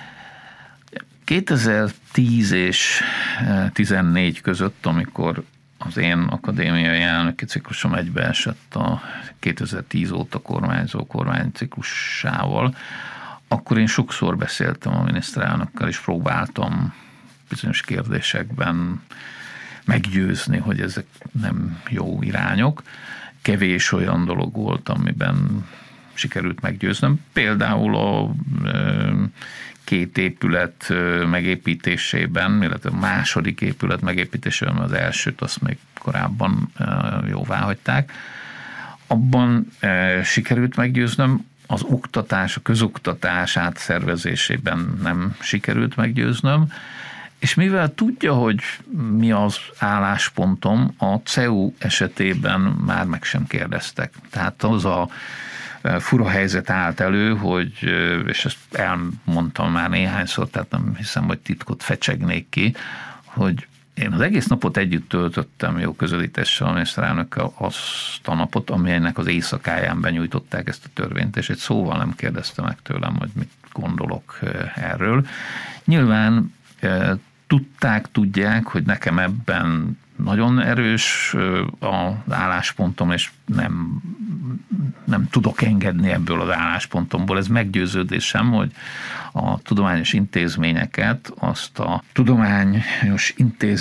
2010 és 2014 között, amikor az én akadémiai elnöki ciklusom egybeesett a 2010 óta kormányzó kormányciklusával, akkor én sokszor beszéltem a miniszterelnökkel, és próbáltam bizonyos kérdésekben meggyőzni, hogy ezek nem jó irányok. Kevés olyan dolog volt, amiben sikerült meggyőznöm. Például a 2 épület megépítésében, illetve a második épület megépítésében, az elsőt azt még korábban jóvá hagyták. Abban sikerült meggyőznöm, az oktatás, a közoktatás átszervezésében nem sikerült meggyőznöm, és mivel tudja, hogy mi az álláspontom, a CEU esetében már meg sem kérdeztek. Tehát az a fura helyzet állt elő, hogy, és ezt elmondtam már néhányszor, tehát nem hiszem, hogy titkot fecsegnék ki, hogy Én az egész napot együtt töltöttem jó közelítéssel a miniszterelnökkel azt a napot, amelynek az éjszakáján benyújtották ezt a törvényt, és egy szóval nem kérdezte meg tőlem, hogy mit gondolok erről. Nyilván tudják, hogy nekem ebben nagyon erős az álláspontom, és nem tudok engedni ebből az álláspontomból. Ez meggyőződésem, hogy a tudományos intézményeket, a tudományos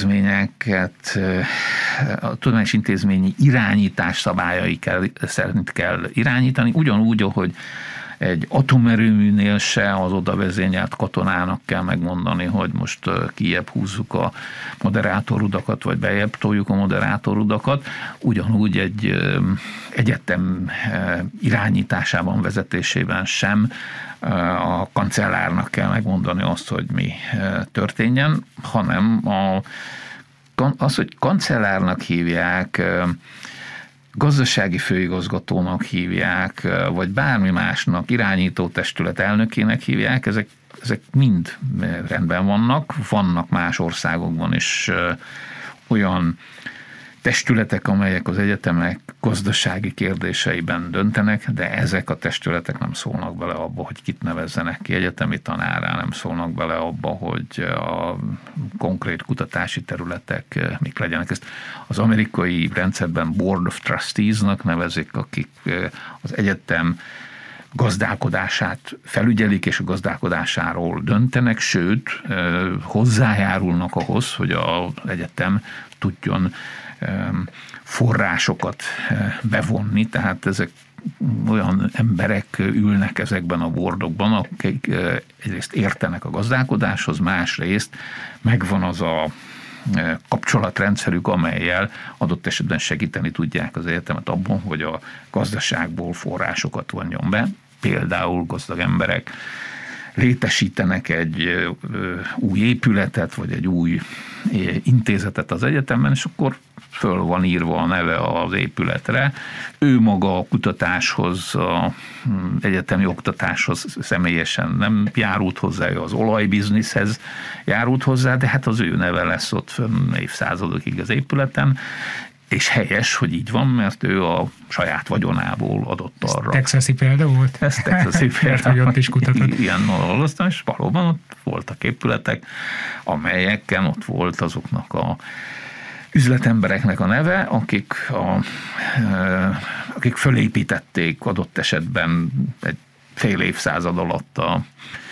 intézményi irányítás szabályai szerint kell irányítani, ugyanúgy, hogy egy atomerőműnél se az oda vezényelt katonának kell megmondani, hogy most kijebb húzzuk a moderátorudakat, vagy bejebb toljuk a moderátorudakat. Ugyanúgy egy egyetem irányításában, vezetésében sem a kancellárnak kell megmondani azt, hogy mi történjen, hanem az, hogy kancellárnak hívják, gazdasági főigazgatónak hívják, vagy bármi másnak, irányító testület elnökének hívják, ezek mind rendben vannak más országokban is olyan testületek, amelyek az egyetemek gazdasági kérdéseiben döntenek, de ezek a testületek nem szólnak bele abba, hogy kit nevezzenek ki egyetemi tanárrá, nem szólnak bele abba, hogy a konkrét kutatási területek mik legyenek. Ezt az amerikai rendszerben Board of Trustees-nak nevezik, akik az egyetem gazdálkodását felügyelik, és a gazdálkodásáról döntenek, sőt, hozzájárulnak ahhoz, hogy az egyetem tudjon forrásokat bevonni, tehát ezek olyan emberek ülnek ezekben a boardokban, akik egyrészt értenek a gazdálkodáshoz, másrészt megvan az a kapcsolatrendszerük, amellyel adott esetben segíteni tudják az egyetemet abban, hogy a gazdaságból forrásokat vonjon be. Például gazdag emberek létesítenek egy új épületet, vagy egy új intézetet az egyetemben, és akkor föl van írva a neve az épületre. Ő maga a kutatáshoz, az egyetemi oktatáshoz személyesen nem járult hozzá, ő az olajbizniszhez járult hozzá, de hát az ő neve lesz ott évszázadokig az épületen, és helyes, hogy így van, mert ő a saját vagyonából adott arra. Ez texasi példa volt? Ez texasi példa. Hogy ott is kutatott. Igen, olvastam, és valóban ott voltak épületek, amelyeken ott volt azoknak a üzletembereknek a neve, akik fölépítették adott esetben egy fél évszázad alatt a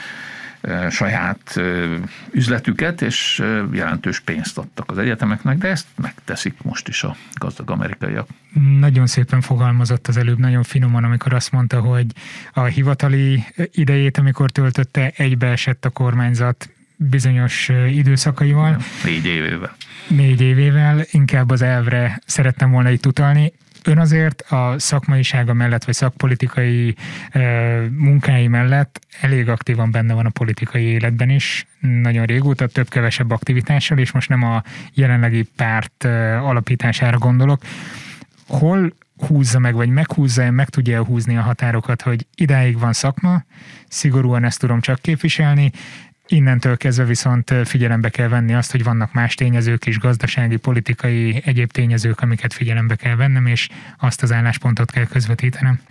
saját üzletüket, és jelentős pénzt adtak az egyetemeknek, de ezt megteszik most is a gazdag amerikaiak. Nagyon szépen fogalmazott az előbb, nagyon finoman, amikor azt mondta, hogy a hivatali idejét, amikor töltötte, egybeesett a kormányzat bizonyos időszakaival. 4 évével, inkább az elvre szerettem volna itt utalni. Ön azért a szakmaisága mellett, vagy szakpolitikai munkái mellett elég aktívan benne van a politikai életben is, nagyon régóta, több-kevesebb aktivitással, és most nem a jelenlegi párt alapítására gondolok. Hol húzza meg, vagy meghúzza, meg tudja húzni a határokat, hogy idáig van szakma, szigorúan ezt tudom csak képviselni, innentől kezdve viszont figyelembe kell venni azt, hogy vannak más tényezők is, gazdasági, politikai, egyéb tényezők, amiket figyelembe kell vennem, és azt az álláspontot kell közvetítenem.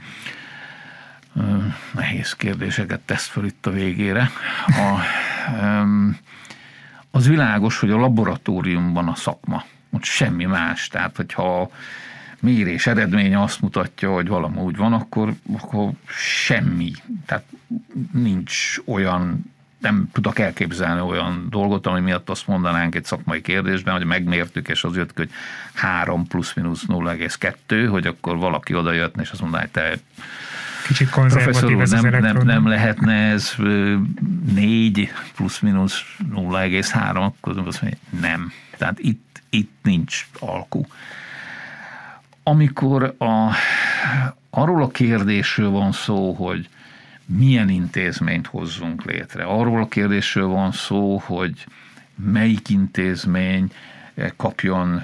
Nehéz kérdéseket tesz fel itt a végére. Az világos, hogy a laboratóriumban a szakma, ott semmi más. Tehát, hogyha a mérés eredménye azt mutatja, hogy valami úgy van, akkor semmi. Tehát nincs olyan, nem tudok elképzelni olyan dolgot, ami miatt azt mondanánk egy szakmai kérdésben, hogy megmértük, és az jött, hogy 3 + -0,2, hogy akkor valaki oda jöttne, és azt mondaná, hogy te kicsit konzervatív ez az elektron. Nem lehetne ez 4 + -0,3, akkor azt mondja, nem. Tehát itt nincs alkú. Amikor arról a kérdésről van szó, hogy milyen intézményt hozzunk létre. Arról a kérdésről van szó, hogy melyik intézmény kapjon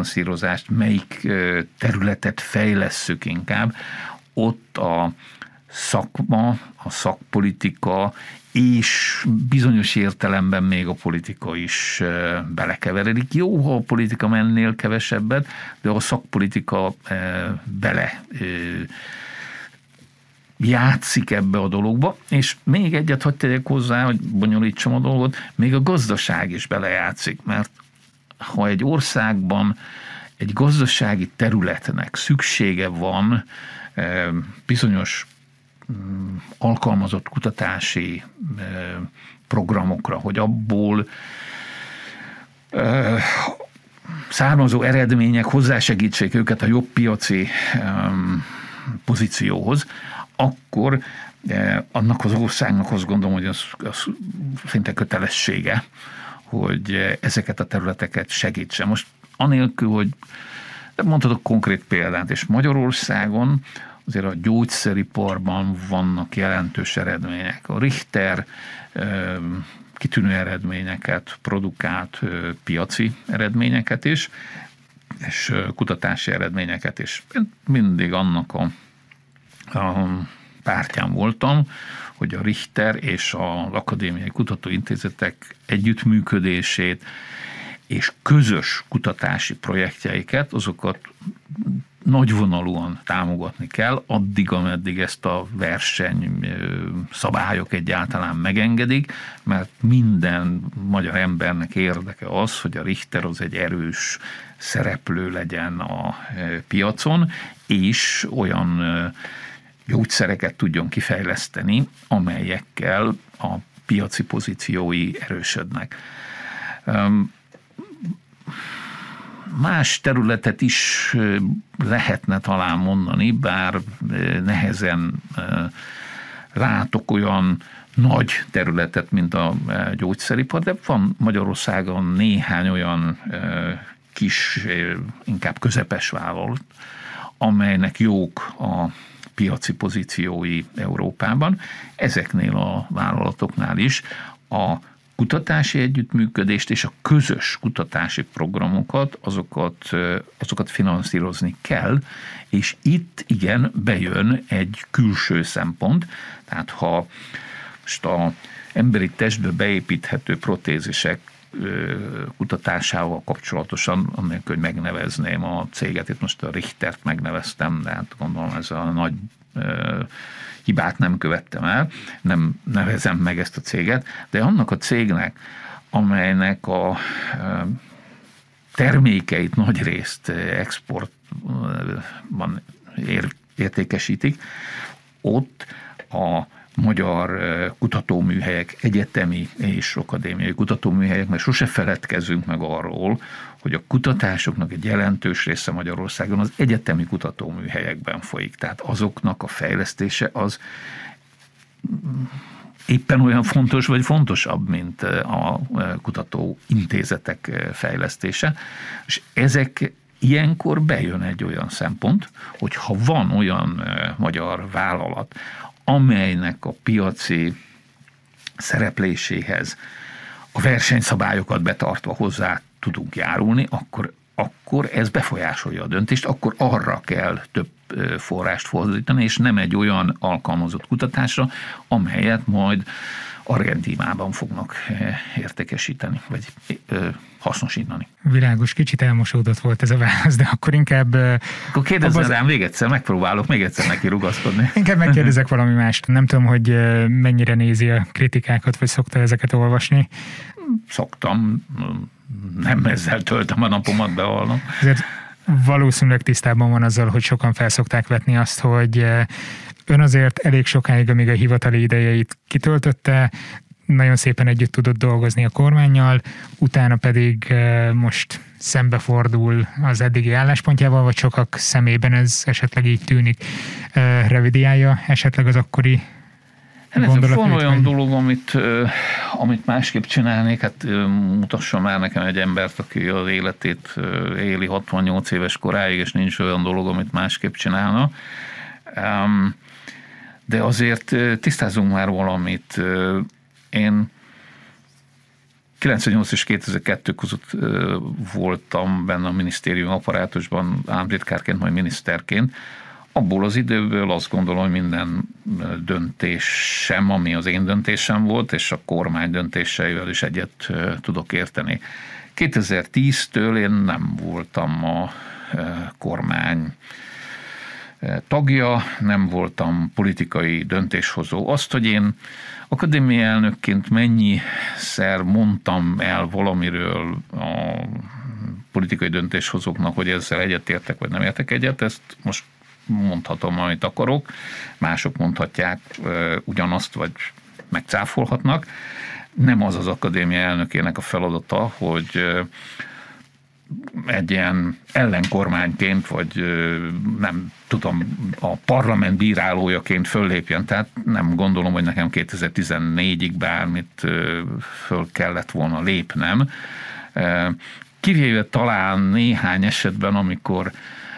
többletfinanszírozást, melyik területet fejlesszük inkább. Ott a szakma, a szakpolitika és bizonyos értelemben még a politika is belekeveredik. Jó, ha a politika ennél kevesebbet, de a szakpolitika bele játszik ebbe a dologba, és még egyet hadd tegyek hozzá, hogy bonyolítsam a dolgot, még a gazdaság is belejátszik, mert ha egy országban egy gazdasági területnek szüksége van bizonyos alkalmazott kutatási programokra, hogy abból származó eredmények hozzásegítsék őket a jobb piaci pozícióhoz, akkor annak az országnak azt gondolom, hogy az szinte kötelessége, hogy ezeket a területeket segítse. Most anélkül, hogy mondhatok konkrét példát, és Magyarországon azért a gyógyszeriparban vannak jelentős eredmények. A Richter kitűnő eredményeket produkált, piaci eredményeket is, és kutatási eredményeket is. Én mindig annak a pártján voltam, hogy a Richter és az akadémiai kutatóintézetek együttműködését és közös kutatási projektjeiket, azokat nagyvonalúan támogatni kell, addig, ameddig ezt a verseny szabályok egyáltalán megengedik, mert minden magyar embernek érdeke az, hogy a Richter az egy erős szereplő legyen a piacon, és olyan gyógyszereket tudjon kifejleszteni, amelyekkel a piaci pozíciói erősödnek. Más területet is lehetne talán mondani, bár nehezen látok olyan nagy területet, mint a gyógyszeripar, de van Magyarországon néhány olyan kis, inkább közepes vállalat, amelynek jók a piaci pozíciói Európában. Ezeknél a vállalatoknál is a kutatási együttműködést és a közös kutatási programokat, azokat finanszírozni kell, és itt igen bejön egy külső szempont, tehát ha most az emberi testbe beépíthető protézisek kutatásával kapcsolatosan, annélkül, hogy megnevezném a céget, itt most a Richtert megneveztem, de hát gondolom ez a nagy hibát nem követtem el, nem nevezem meg ezt a céget, de annak a cégnek, amelynek a termékeit nagyrészt exportban értékesítik, ott a magyar kutatóműhelyek, egyetemi és akadémiai kutatóműhelyek, mert sose feledkezzünk meg arról, hogy a kutatásoknak egy jelentős része Magyarországon az egyetemi kutatóműhelyekben folyik. Tehát azoknak a fejlesztése az éppen olyan fontos, vagy fontosabb, mint a kutatóintézetek fejlesztése. És ilyenkor bejön egy olyan szempont, hogy ha van olyan magyar vállalat, amelynek a piaci szerepléséhez a versenyszabályokat betartva hozzá tudunk járulni, akkor ez befolyásolja a döntést, akkor arra kell több forrást fordítani, és nem egy olyan alkalmazott kutatásra, amelyet majd Argentínában fognak értékesíteni, vagy hasznosítani. Világos, kicsit elmosódott volt ez a válasz, de akkor inkább... Akkor kérdezzen rám még egyszer, megpróbálok még egyszer neki rugaszkodni. Inkább megkérdezek valami mást. Nem tudom, hogy mennyire nézi a kritikákat, vagy szokta ezeket olvasni. Szoktam, nem ezzel töltöm a napomat, bevallom. Ezért valószínűleg tisztában van azzal, hogy sokan felszokták vetni azt, hogy ön azért elég sokáig, amíg a hivatali idejeit kitöltötte, nagyon szépen együtt tudott dolgozni a kormánnyal, utána pedig most szembefordul az eddigi álláspontjával, vagy sokak szemében ez esetleg így tűnik. Revidiálja esetleg az akkori gondolatait? Van olyan dolog, amit másképp csinálnék, hát mutasson már nekem egy embert, aki az életét éli 68 éves koráig, és nincs olyan dolog, amit másképp csinálna. De azért tisztázunk már valamit. Én 98 és 2002 között voltam benne a minisztérium apparátusban, államtitkárként, majd miniszterként, abból az időből azt gondolom, hogy minden döntésem, ami az én döntésem volt, és a kormány döntéseivel is egyet tudok érteni. 2010-től én nem voltam a kormány tagja, nem voltam politikai döntéshozó. Azt, hogy én akadémiai elnökként mennyiszer mondtam el valamiről a politikai döntéshozóknak, hogy ezzel egyetértek, vagy nem értek egyet, ezt most mondhatom, amit akarok, mások mondhatják ugyanazt, vagy megcáfolhatnak. Nem az az akadémia elnökének a feladata, hogy egy ilyen ellenkormányként, vagy nem tudom, a parlament bírálójaként föllépjen. Tehát nem gondolom, hogy nekem 2014-ig bármit föl kellett volna lépnem. Kivéve talán néhány esetben, amikor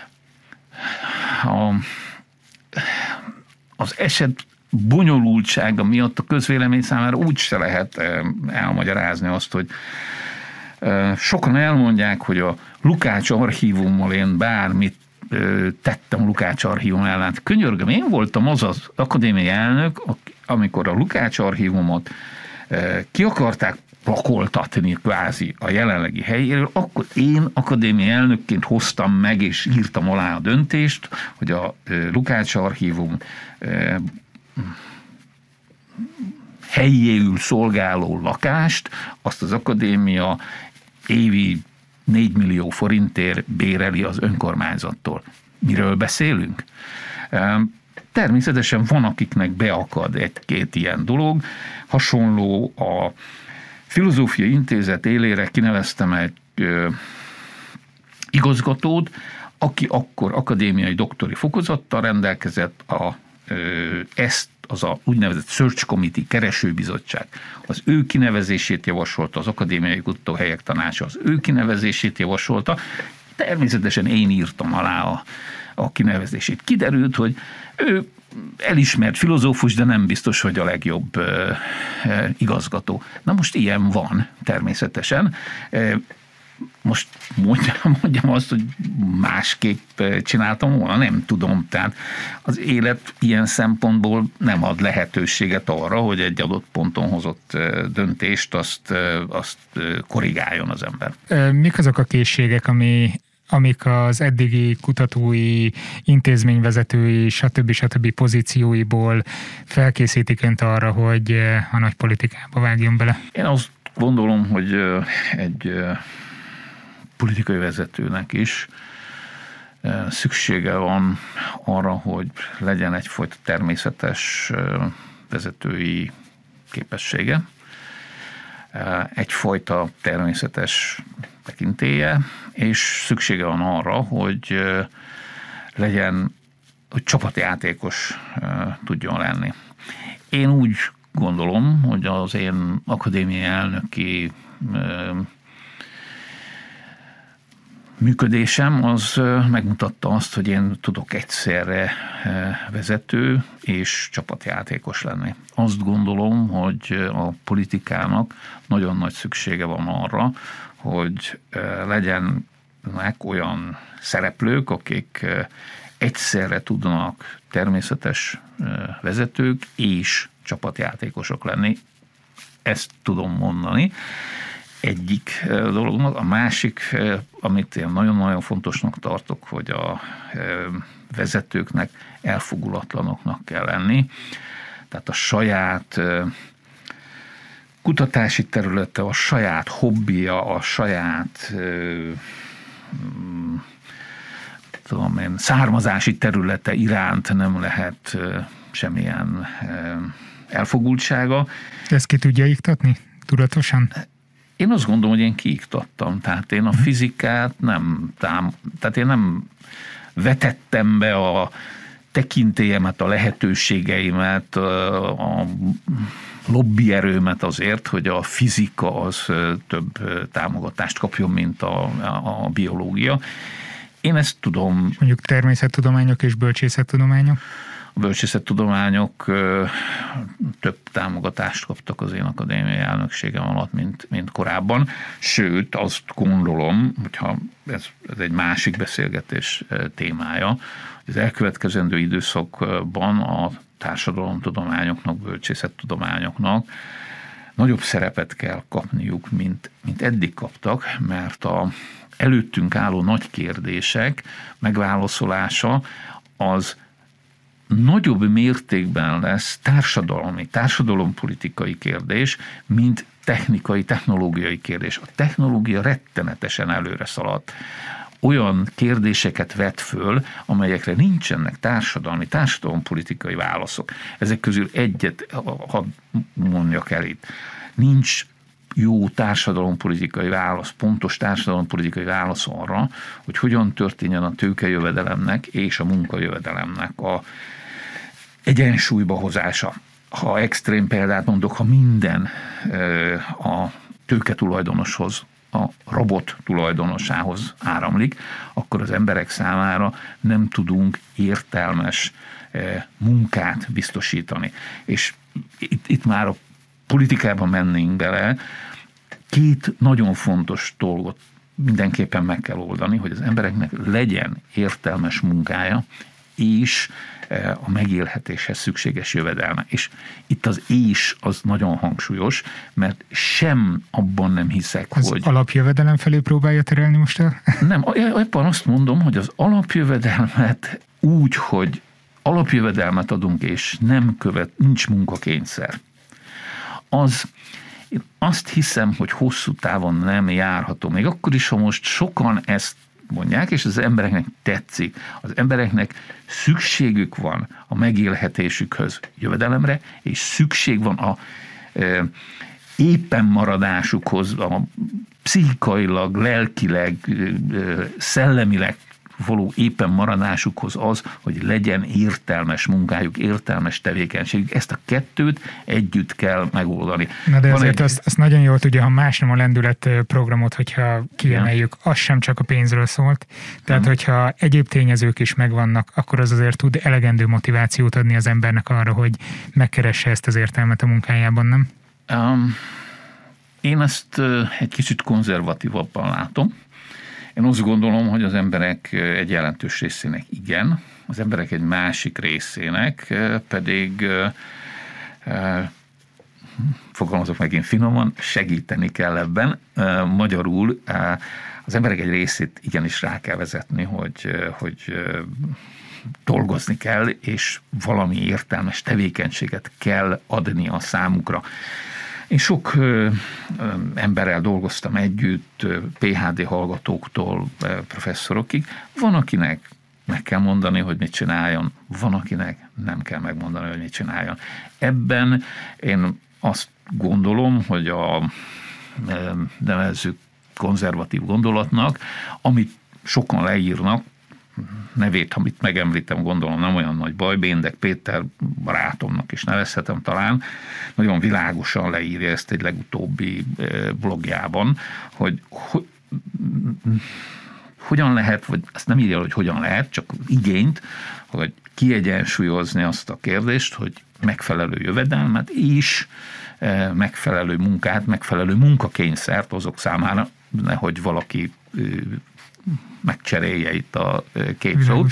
az eset bonyolultsága miatt a közvélemény számára úgy se lehet elmagyarázni azt, hogy sokan elmondják, hogy a Lukács archívummal én bármit tettem Lukács archívum ellen. Könyörgöm, én voltam az akadémiai elnök, amikor a Lukács archívumot ki akarták pakoltatni kvázi a jelenlegi helyéről, akkor én akadémiai elnökként hoztam meg és írtam alá a döntést, hogy a Lukács archívum helyéül szolgáló lakást, azt az akadémia évi 4 millió forintért béreli az önkormányzattól. Miről beszélünk? Természetesen van, akiknek beakad egy-két ilyen dolog. Hasonló a Filozófiai Intézet élére kineveztem egy igazgatót, aki akkor akadémiai doktori fokozattal rendelkezett, ezt az a úgynevezett Search Committee, keresőbizottság, az ő kinevezését javasolta, az Akadémiai Kutatóhelyek Tanácsa az ő kinevezését javasolta, természetesen én írtam alá a kinevezését. Kiderült, hogy ő elismert filozófus, de nem biztos, hogy a legjobb igazgató. Na most ilyen van természetesen. Most mondjam azt, hogy másképp csináltam volna, nem tudom. Tehát az élet ilyen szempontból nem ad lehetőséget arra, hogy egy adott ponton hozott döntést azt korrigáljon az ember. Mik azok a készségek, amik az eddigi kutatói, intézményvezetői, stb. Pozícióiból felkészítik önt arra, hogy a nagy politikába vágjon bele? Én azt gondolom, hogy egy politikai vezetőnek is szüksége van arra, hogy legyen egyfajta természetes vezetői képessége, egyfajta természetes tekintélye, és szüksége van arra, hogy legyen, hogy csapatjátékos tudjon lenni. Én úgy gondolom, hogy az én akadémiai elnöki működésem az megmutatta azt, hogy én tudok egyszerre vezető és csapatjátékos lenni. Azt gondolom, hogy a politikának nagyon nagy szüksége van arra, hogy legyenek olyan szereplők, akik egyszerre tudnak természetes vezetők és csapatjátékosok lenni. Ezt tudom mondani. Egyik dolognak. A másik, amit én nagyon-nagyon fontosnak tartok, hogy a vezetőknek elfogulatlanoknak kell lenni. Tehát a saját kutatási területe, a saját hobbija, a saját származási területe iránt nem lehet semmilyen elfogultsága. Ezt ki tudja iktatni tudatosan? Én azt gondolom, hogy én kiiktattam. Tehát én a fizikát tehát én nem vetettem be a tekintélyemet, a lehetőségeimet, a lobbierőmet azért, hogy a fizika az több támogatást kapjon, mint a biológia. Én ezt tudom. Mondjuk természettudományok és bölcsészettudományok? A bölcsészettudományok több támogatást kaptak az én akadémiai elnökségem alatt, mint korábban. Sőt, azt gondolom, hogyha ez egy másik beszélgetés témája, Az elkövetkezendő időszakban a társadalomtudományoknak, bölcsészettudományoknak nagyobb szerepet kell kapniuk, mint eddig kaptak, mert a előttünk álló nagy kérdések megválaszolása az nagyobb mértékben lesz társadalompolitikai kérdés, mint technikai, technológiai kérdés. A technológia rettenetesen előre szaladt. Olyan kérdéseket vet föl, amelyekre nincsenek társadalompolitikai válaszok. Ezek közül egyet hadd mondjak el itt. Nincs jó társadalompolitikai válasz, pontos társadalompolitikai válasz arra, hogy hogyan történjen a tőkejövedelemnek és a munkajövedelemnek a egyensúlyba hozása. Ha extrém példát mondok, ha minden a tőketulajdonoshoz, a robot tulajdonosához áramlik, akkor az emberek számára nem tudunk értelmes munkát biztosítani. És itt már a politikában mennénk bele, két nagyon fontos dolgot mindenképpen meg kell oldani, hogy az embereknek legyen értelmes munkája, és a megélhetéshez szükséges jövedelme. És itt az az nagyon hangsúlyos, mert sem abban nem hiszek, az hogy... alapjövedelem felé próbálja terelni most el? Nem, éppen azt mondom, hogy az alapjövedelmet úgy, hogy alapjövedelmet adunk, és nincs munkakényszer. Én azt hiszem, hogy hosszú távon nem járható. Még akkor is, ha most sokan ezt mondják, és az embereknek tetszik. Az embereknek szükségük van a megélhetésükhöz jövedelemre, és szükség van a éppen maradásukhoz, a pszichikailag, lelkileg, szellemileg való éppen maradásukhoz az, hogy legyen értelmes munkájuk, értelmes tevékenységük. Ezt a kettőt együtt kell megoldani. Na de azért azt nagyon jól tudja, ha más nem a lendület programot, hogyha kiemeljük, az sem csak a pénzről szólt. Tehát, hogyha egyéb tényezők is megvannak, akkor az azért tud elegendő motivációt adni az embernek arra, hogy megkeresse ezt az értelmet a munkájában, nem? Én ezt egy kicsit konzervatívabban látom. Én azt gondolom, hogy az emberek egy jelentős részének igen, az emberek egy másik részének pedig, fogalmazok megint finoman, segíteni kell ebben. Magyarul az emberek egy részét igenis rá kell vezetni, hogy dolgozni kell, és valami értelmes tevékenységet kell adni a számukra. Én sok emberrel dolgoztam együtt, PhD hallgatóktól professzorokig. Van, akinek meg kell mondani, hogy mit csináljon, van, akinek nem kell megmondani, hogy mit csináljon. Ebben én azt gondolom, hogy nevezzük konzervatív gondolatnak, amit sokan leírnak, nevét, amit megemlítem, gondolom nem olyan nagy baj, Béndek Péter barátomnak is nevezhetem talán, nagyon világosan leírja ezt egy legutóbbi blogjában, hogy hogyan lehet, vagy ezt nem írja, hogy hogyan lehet, csak igényt, hogy kiegyensúlyozni azt a kérdést, hogy megfelelő jövedelmet és megfelelő munkát, megfelelő munkakényszert azok számára, nehogy valaki megcserélje itt a két szót,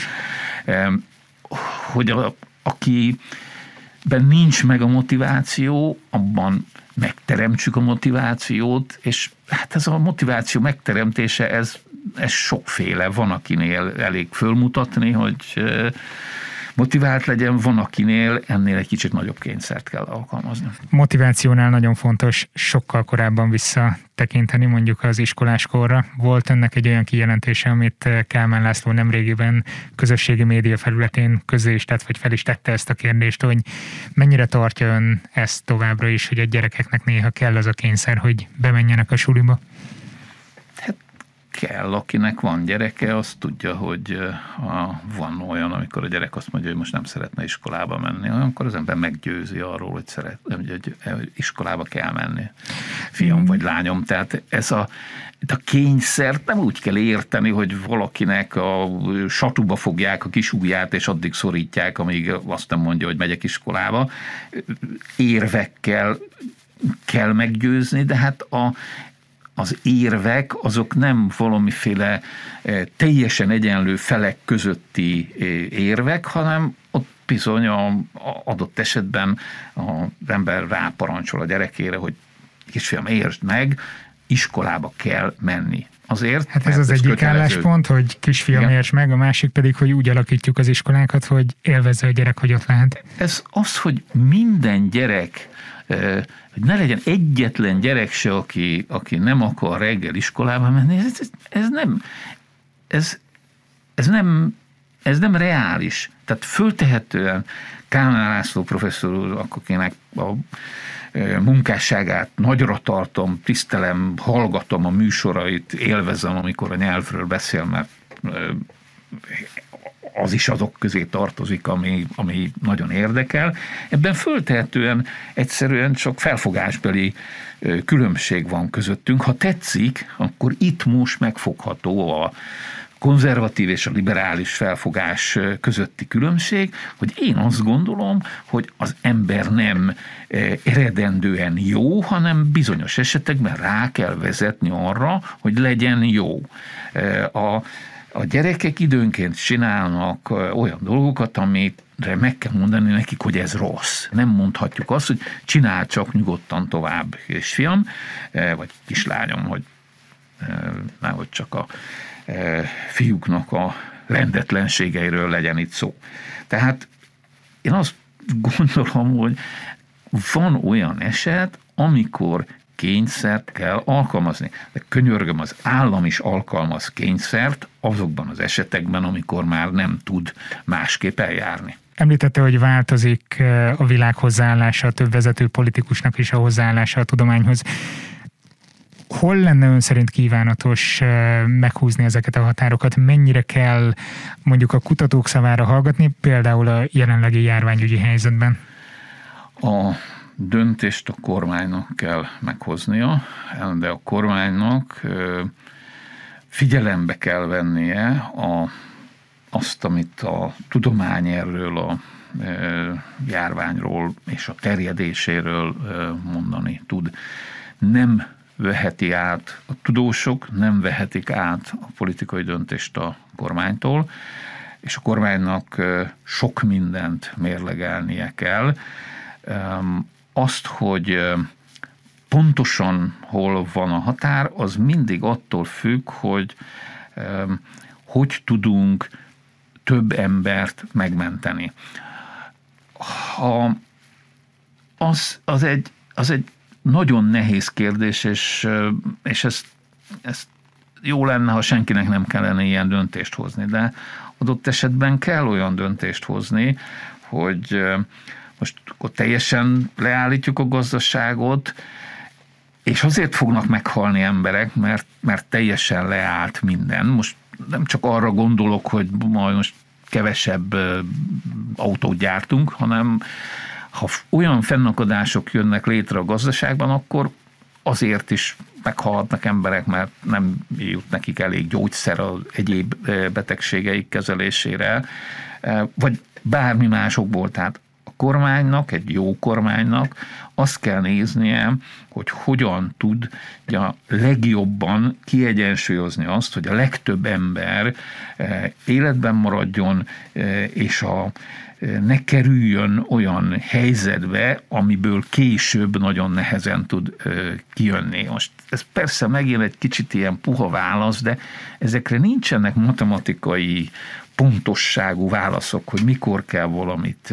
hogy akiben nincs meg a motiváció, abban megteremtsük a motivációt, és hát ez a motiváció megteremtése, ez sokféle. Van, akinél elég fölmutatni, hogy motivált legyen, van, akinél ennél egy kicsit nagyobb kényszert kell alkalmazni. Motivációnál nagyon fontos sokkal korábban visszatekinteni, mondjuk az iskoláskorra. Volt ennek egy olyan kijelentése, amit Kálmán László nemrégiben közösségi média felületén közé is tett, vagy fel is tette ezt a kérdést, hogy mennyire tartja ön ezt továbbra is, hogy a gyerekeknek néha kell az a kényszer, hogy bemenjenek a suliba? Kell, akinek van gyereke, az tudja, hogy van olyan, amikor a gyerek azt mondja, hogy most nem szeretne iskolába menni, olyankor az ember meggyőzi arról, hogy iskolába kell menni, fiam vagy lányom. Tehát itt a kényszert nem úgy kell érteni, hogy valakinek a satuba fogják a kis ujját, és addig szorítják, amíg azt nem mondja, hogy megyek iskolába. Érvekkel kell meggyőzni, de hát az érvek azok nem valamiféle teljesen egyenlő felek közötti érvek, hanem ott bizony adott esetben az ember ráparancsol a gyerekére, hogy kisfiam, értsd meg, iskolába kell menni. Azért, hát ez az egyik kötelező álláspont, hogy kisfiam, érts meg, a másik pedig, hogy úgy alakítjuk az iskolákat, hogy élvezze a gyerek, hogy ott lehet. Ez az, hogy minden gyerek, hogy ne legyen egyetlen gyerek se, aki nem akar reggel iskolába menni, ez nem reális. Tehát föltehetően Kálmán László professzor úr, akinek a munkásságát nagyra tartom, tisztelem, hallgatom a műsorait, élvezem, amikor a nyelvről beszél, mert az is azok közé tartozik, ami nagyon érdekel. Ebben föltehetően egyszerűen csak felfogásbeli különbség van közöttünk. Ha tetszik, akkor itt most megfogható a konzervatív és a liberális felfogás közötti különbség, hogy én azt gondolom, hogy az ember nem eredendően jó, hanem bizonyos esetekben rá kell vezetni arra, hogy legyen jó. A gyerekek időnként csinálnak olyan dolgokat, amire meg kell mondani nekik, hogy ez rossz. Nem mondhatjuk azt, hogy csinál csak nyugodtan tovább, kisfiam, vagy kislányom, hogy nehogy csak a fiúknak a rendetlenségeiről legyen itt szó. Tehát én azt gondolom, hogy van olyan eset, amikor kényszert kell alkalmazni. De könyörgöm, az állam is alkalmaz kényszert azokban az esetekben, amikor már nem tud másképp eljárni. Említette, hogy változik a világ hozzáállása, a több vezető politikusnak is a hozzáállása a tudományhoz. Hol lenne ön szerint kívánatos meghúzni ezeket a határokat? Mennyire kell mondjuk a kutatók szavára hallgatni, például a jelenlegi járványügyi helyzetben? A döntést a kormánynak kell meghoznia, de a kormánynak figyelembe kell vennie azt, amit a tudomány erről a járványról és a terjedéséről mondani tud. Nem veheti át a tudósok, nem vehetik át a politikai döntést a kormánytól, és a kormánynak sok mindent mérlegelnie kell. Azt, hogy pontosan hol van a határ, az mindig attól függ, hogy tudunk több embert megmenteni. Az egy nagyon nehéz kérdés, és ezt jó lenne, ha senkinek nem kellene ilyen döntést hozni, de adott esetben kell olyan döntést hozni, hogy most akkor teljesen leállítjuk a gazdaságot, és azért fognak meghalni emberek, mert teljesen leállt minden. Most nem csak arra gondolok, hogy majd most kevesebb autót gyártunk, hanem ha olyan fennakadások jönnek létre a gazdaságban, akkor azért is meghalhatnak emberek, mert nem jut nekik elég gyógyszer az egyéb betegségeik kezelésére, vagy bármi másokból. Tehát a kormánynak, egy jó kormánynak azt kell néznie, hogy hogyan tudja legjobban kiegyensúlyozni azt, hogy a legtöbb ember életben maradjon, és ne kerüljön olyan helyzetbe, amiből később nagyon nehezen tud kijönni. Most ez persze megint egy kicsit ilyen puha válasz, de ezekre nincsenek matematikai pontosságú válaszok, hogy mikor kell valamit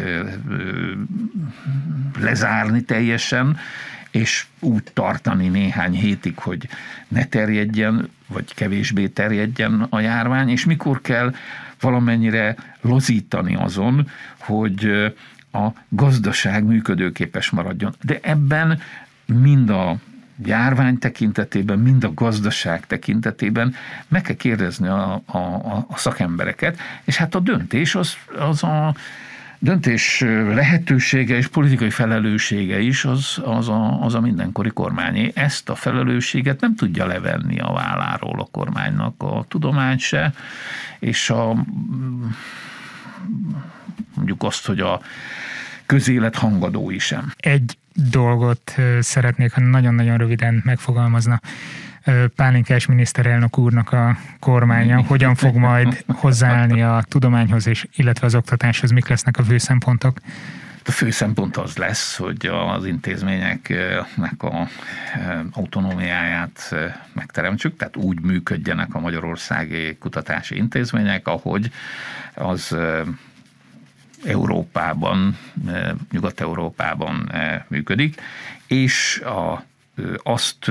lezárni teljesen, és úgy tartani néhány hétig, hogy ne terjedjen, vagy kevésbé terjedjen a járvány, és mikor kell valamennyire lazítani azon, hogy a gazdaság működőképes maradjon. De ebben mind a járvány tekintetében, mind a gazdaság tekintetében meg kell kérdezni a szakembereket, és hát a döntés az a döntés lehetősége és politikai felelőssége is az a mindenkori kormányé. Ezt a felelősséget nem tudja levenni a válláról a kormánynak a tudomány se, és mondjuk azt, hogy a közélet hangadói sem. Egy dolgot szeretnék, ha nagyon-nagyon röviden megfogalmazna. Pálinkás miniszterelnök úrnak a kormánya hogyan fog majd hozzáállni a tudományhoz, illetve az oktatáshoz, mik lesznek a fő szempontok? A fő szempont az lesz, hogy az intézményeknek a autonómiáját megteremtsük, tehát úgy működjenek a magyarországi kutatási intézmények, ahogy az Európában, Nyugat-Európában működik, és azt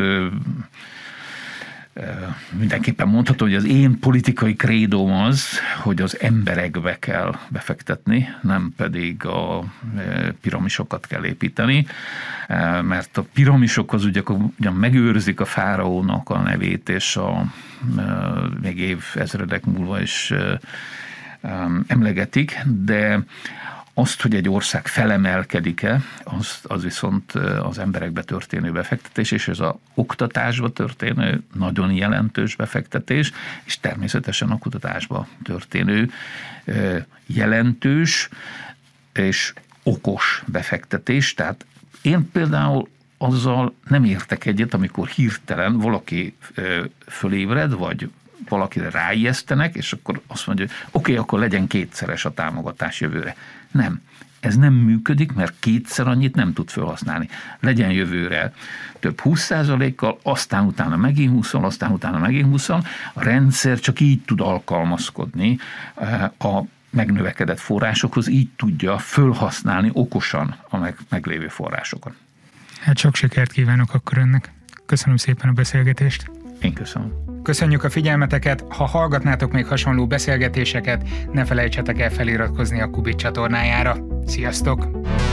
mindenképpen mondhatom, hogy az én politikai krédóm az, hogy az emberekbe kell befektetni, nem pedig a piramisokat kell építeni, mert a piramisok az ugyan megőrzik a fáraónak a nevét, és még évezredek múlva is emlegetik, de azt, hogy egy ország felemelkedik-e, az viszont az emberekbe történő befektetés, és ez az oktatásba történő nagyon jelentős befektetés, és természetesen a kutatásba történő jelentős és okos befektetés. Tehát én például azzal nem értek egyet, amikor hirtelen valaki fölébred, vagy valakire ráijesztenek, és akkor azt mondja, hogy oké, akkor legyen 2-szeres a támogatás jövőre. Nem. Ez nem működik, mert 2-szer annyit nem tud felhasználni. Legyen jövőre több 20%-kal, aztán utána megint 20-al, aztán utána megint 20-al. A rendszer csak így tud alkalmazkodni a megnövekedett forrásokhoz, így tudja fölhasználni okosan a meglévő forrásokat. Hát sok sikert kívánok akkor önnek. Köszönöm szépen a beszélgetést. Én köszönöm. Köszönjük a figyelmeteket, ha hallgatnátok még hasonló beszélgetéseket, ne felejtsetek el feliratkozni a Kubit csatornájára. Sziasztok!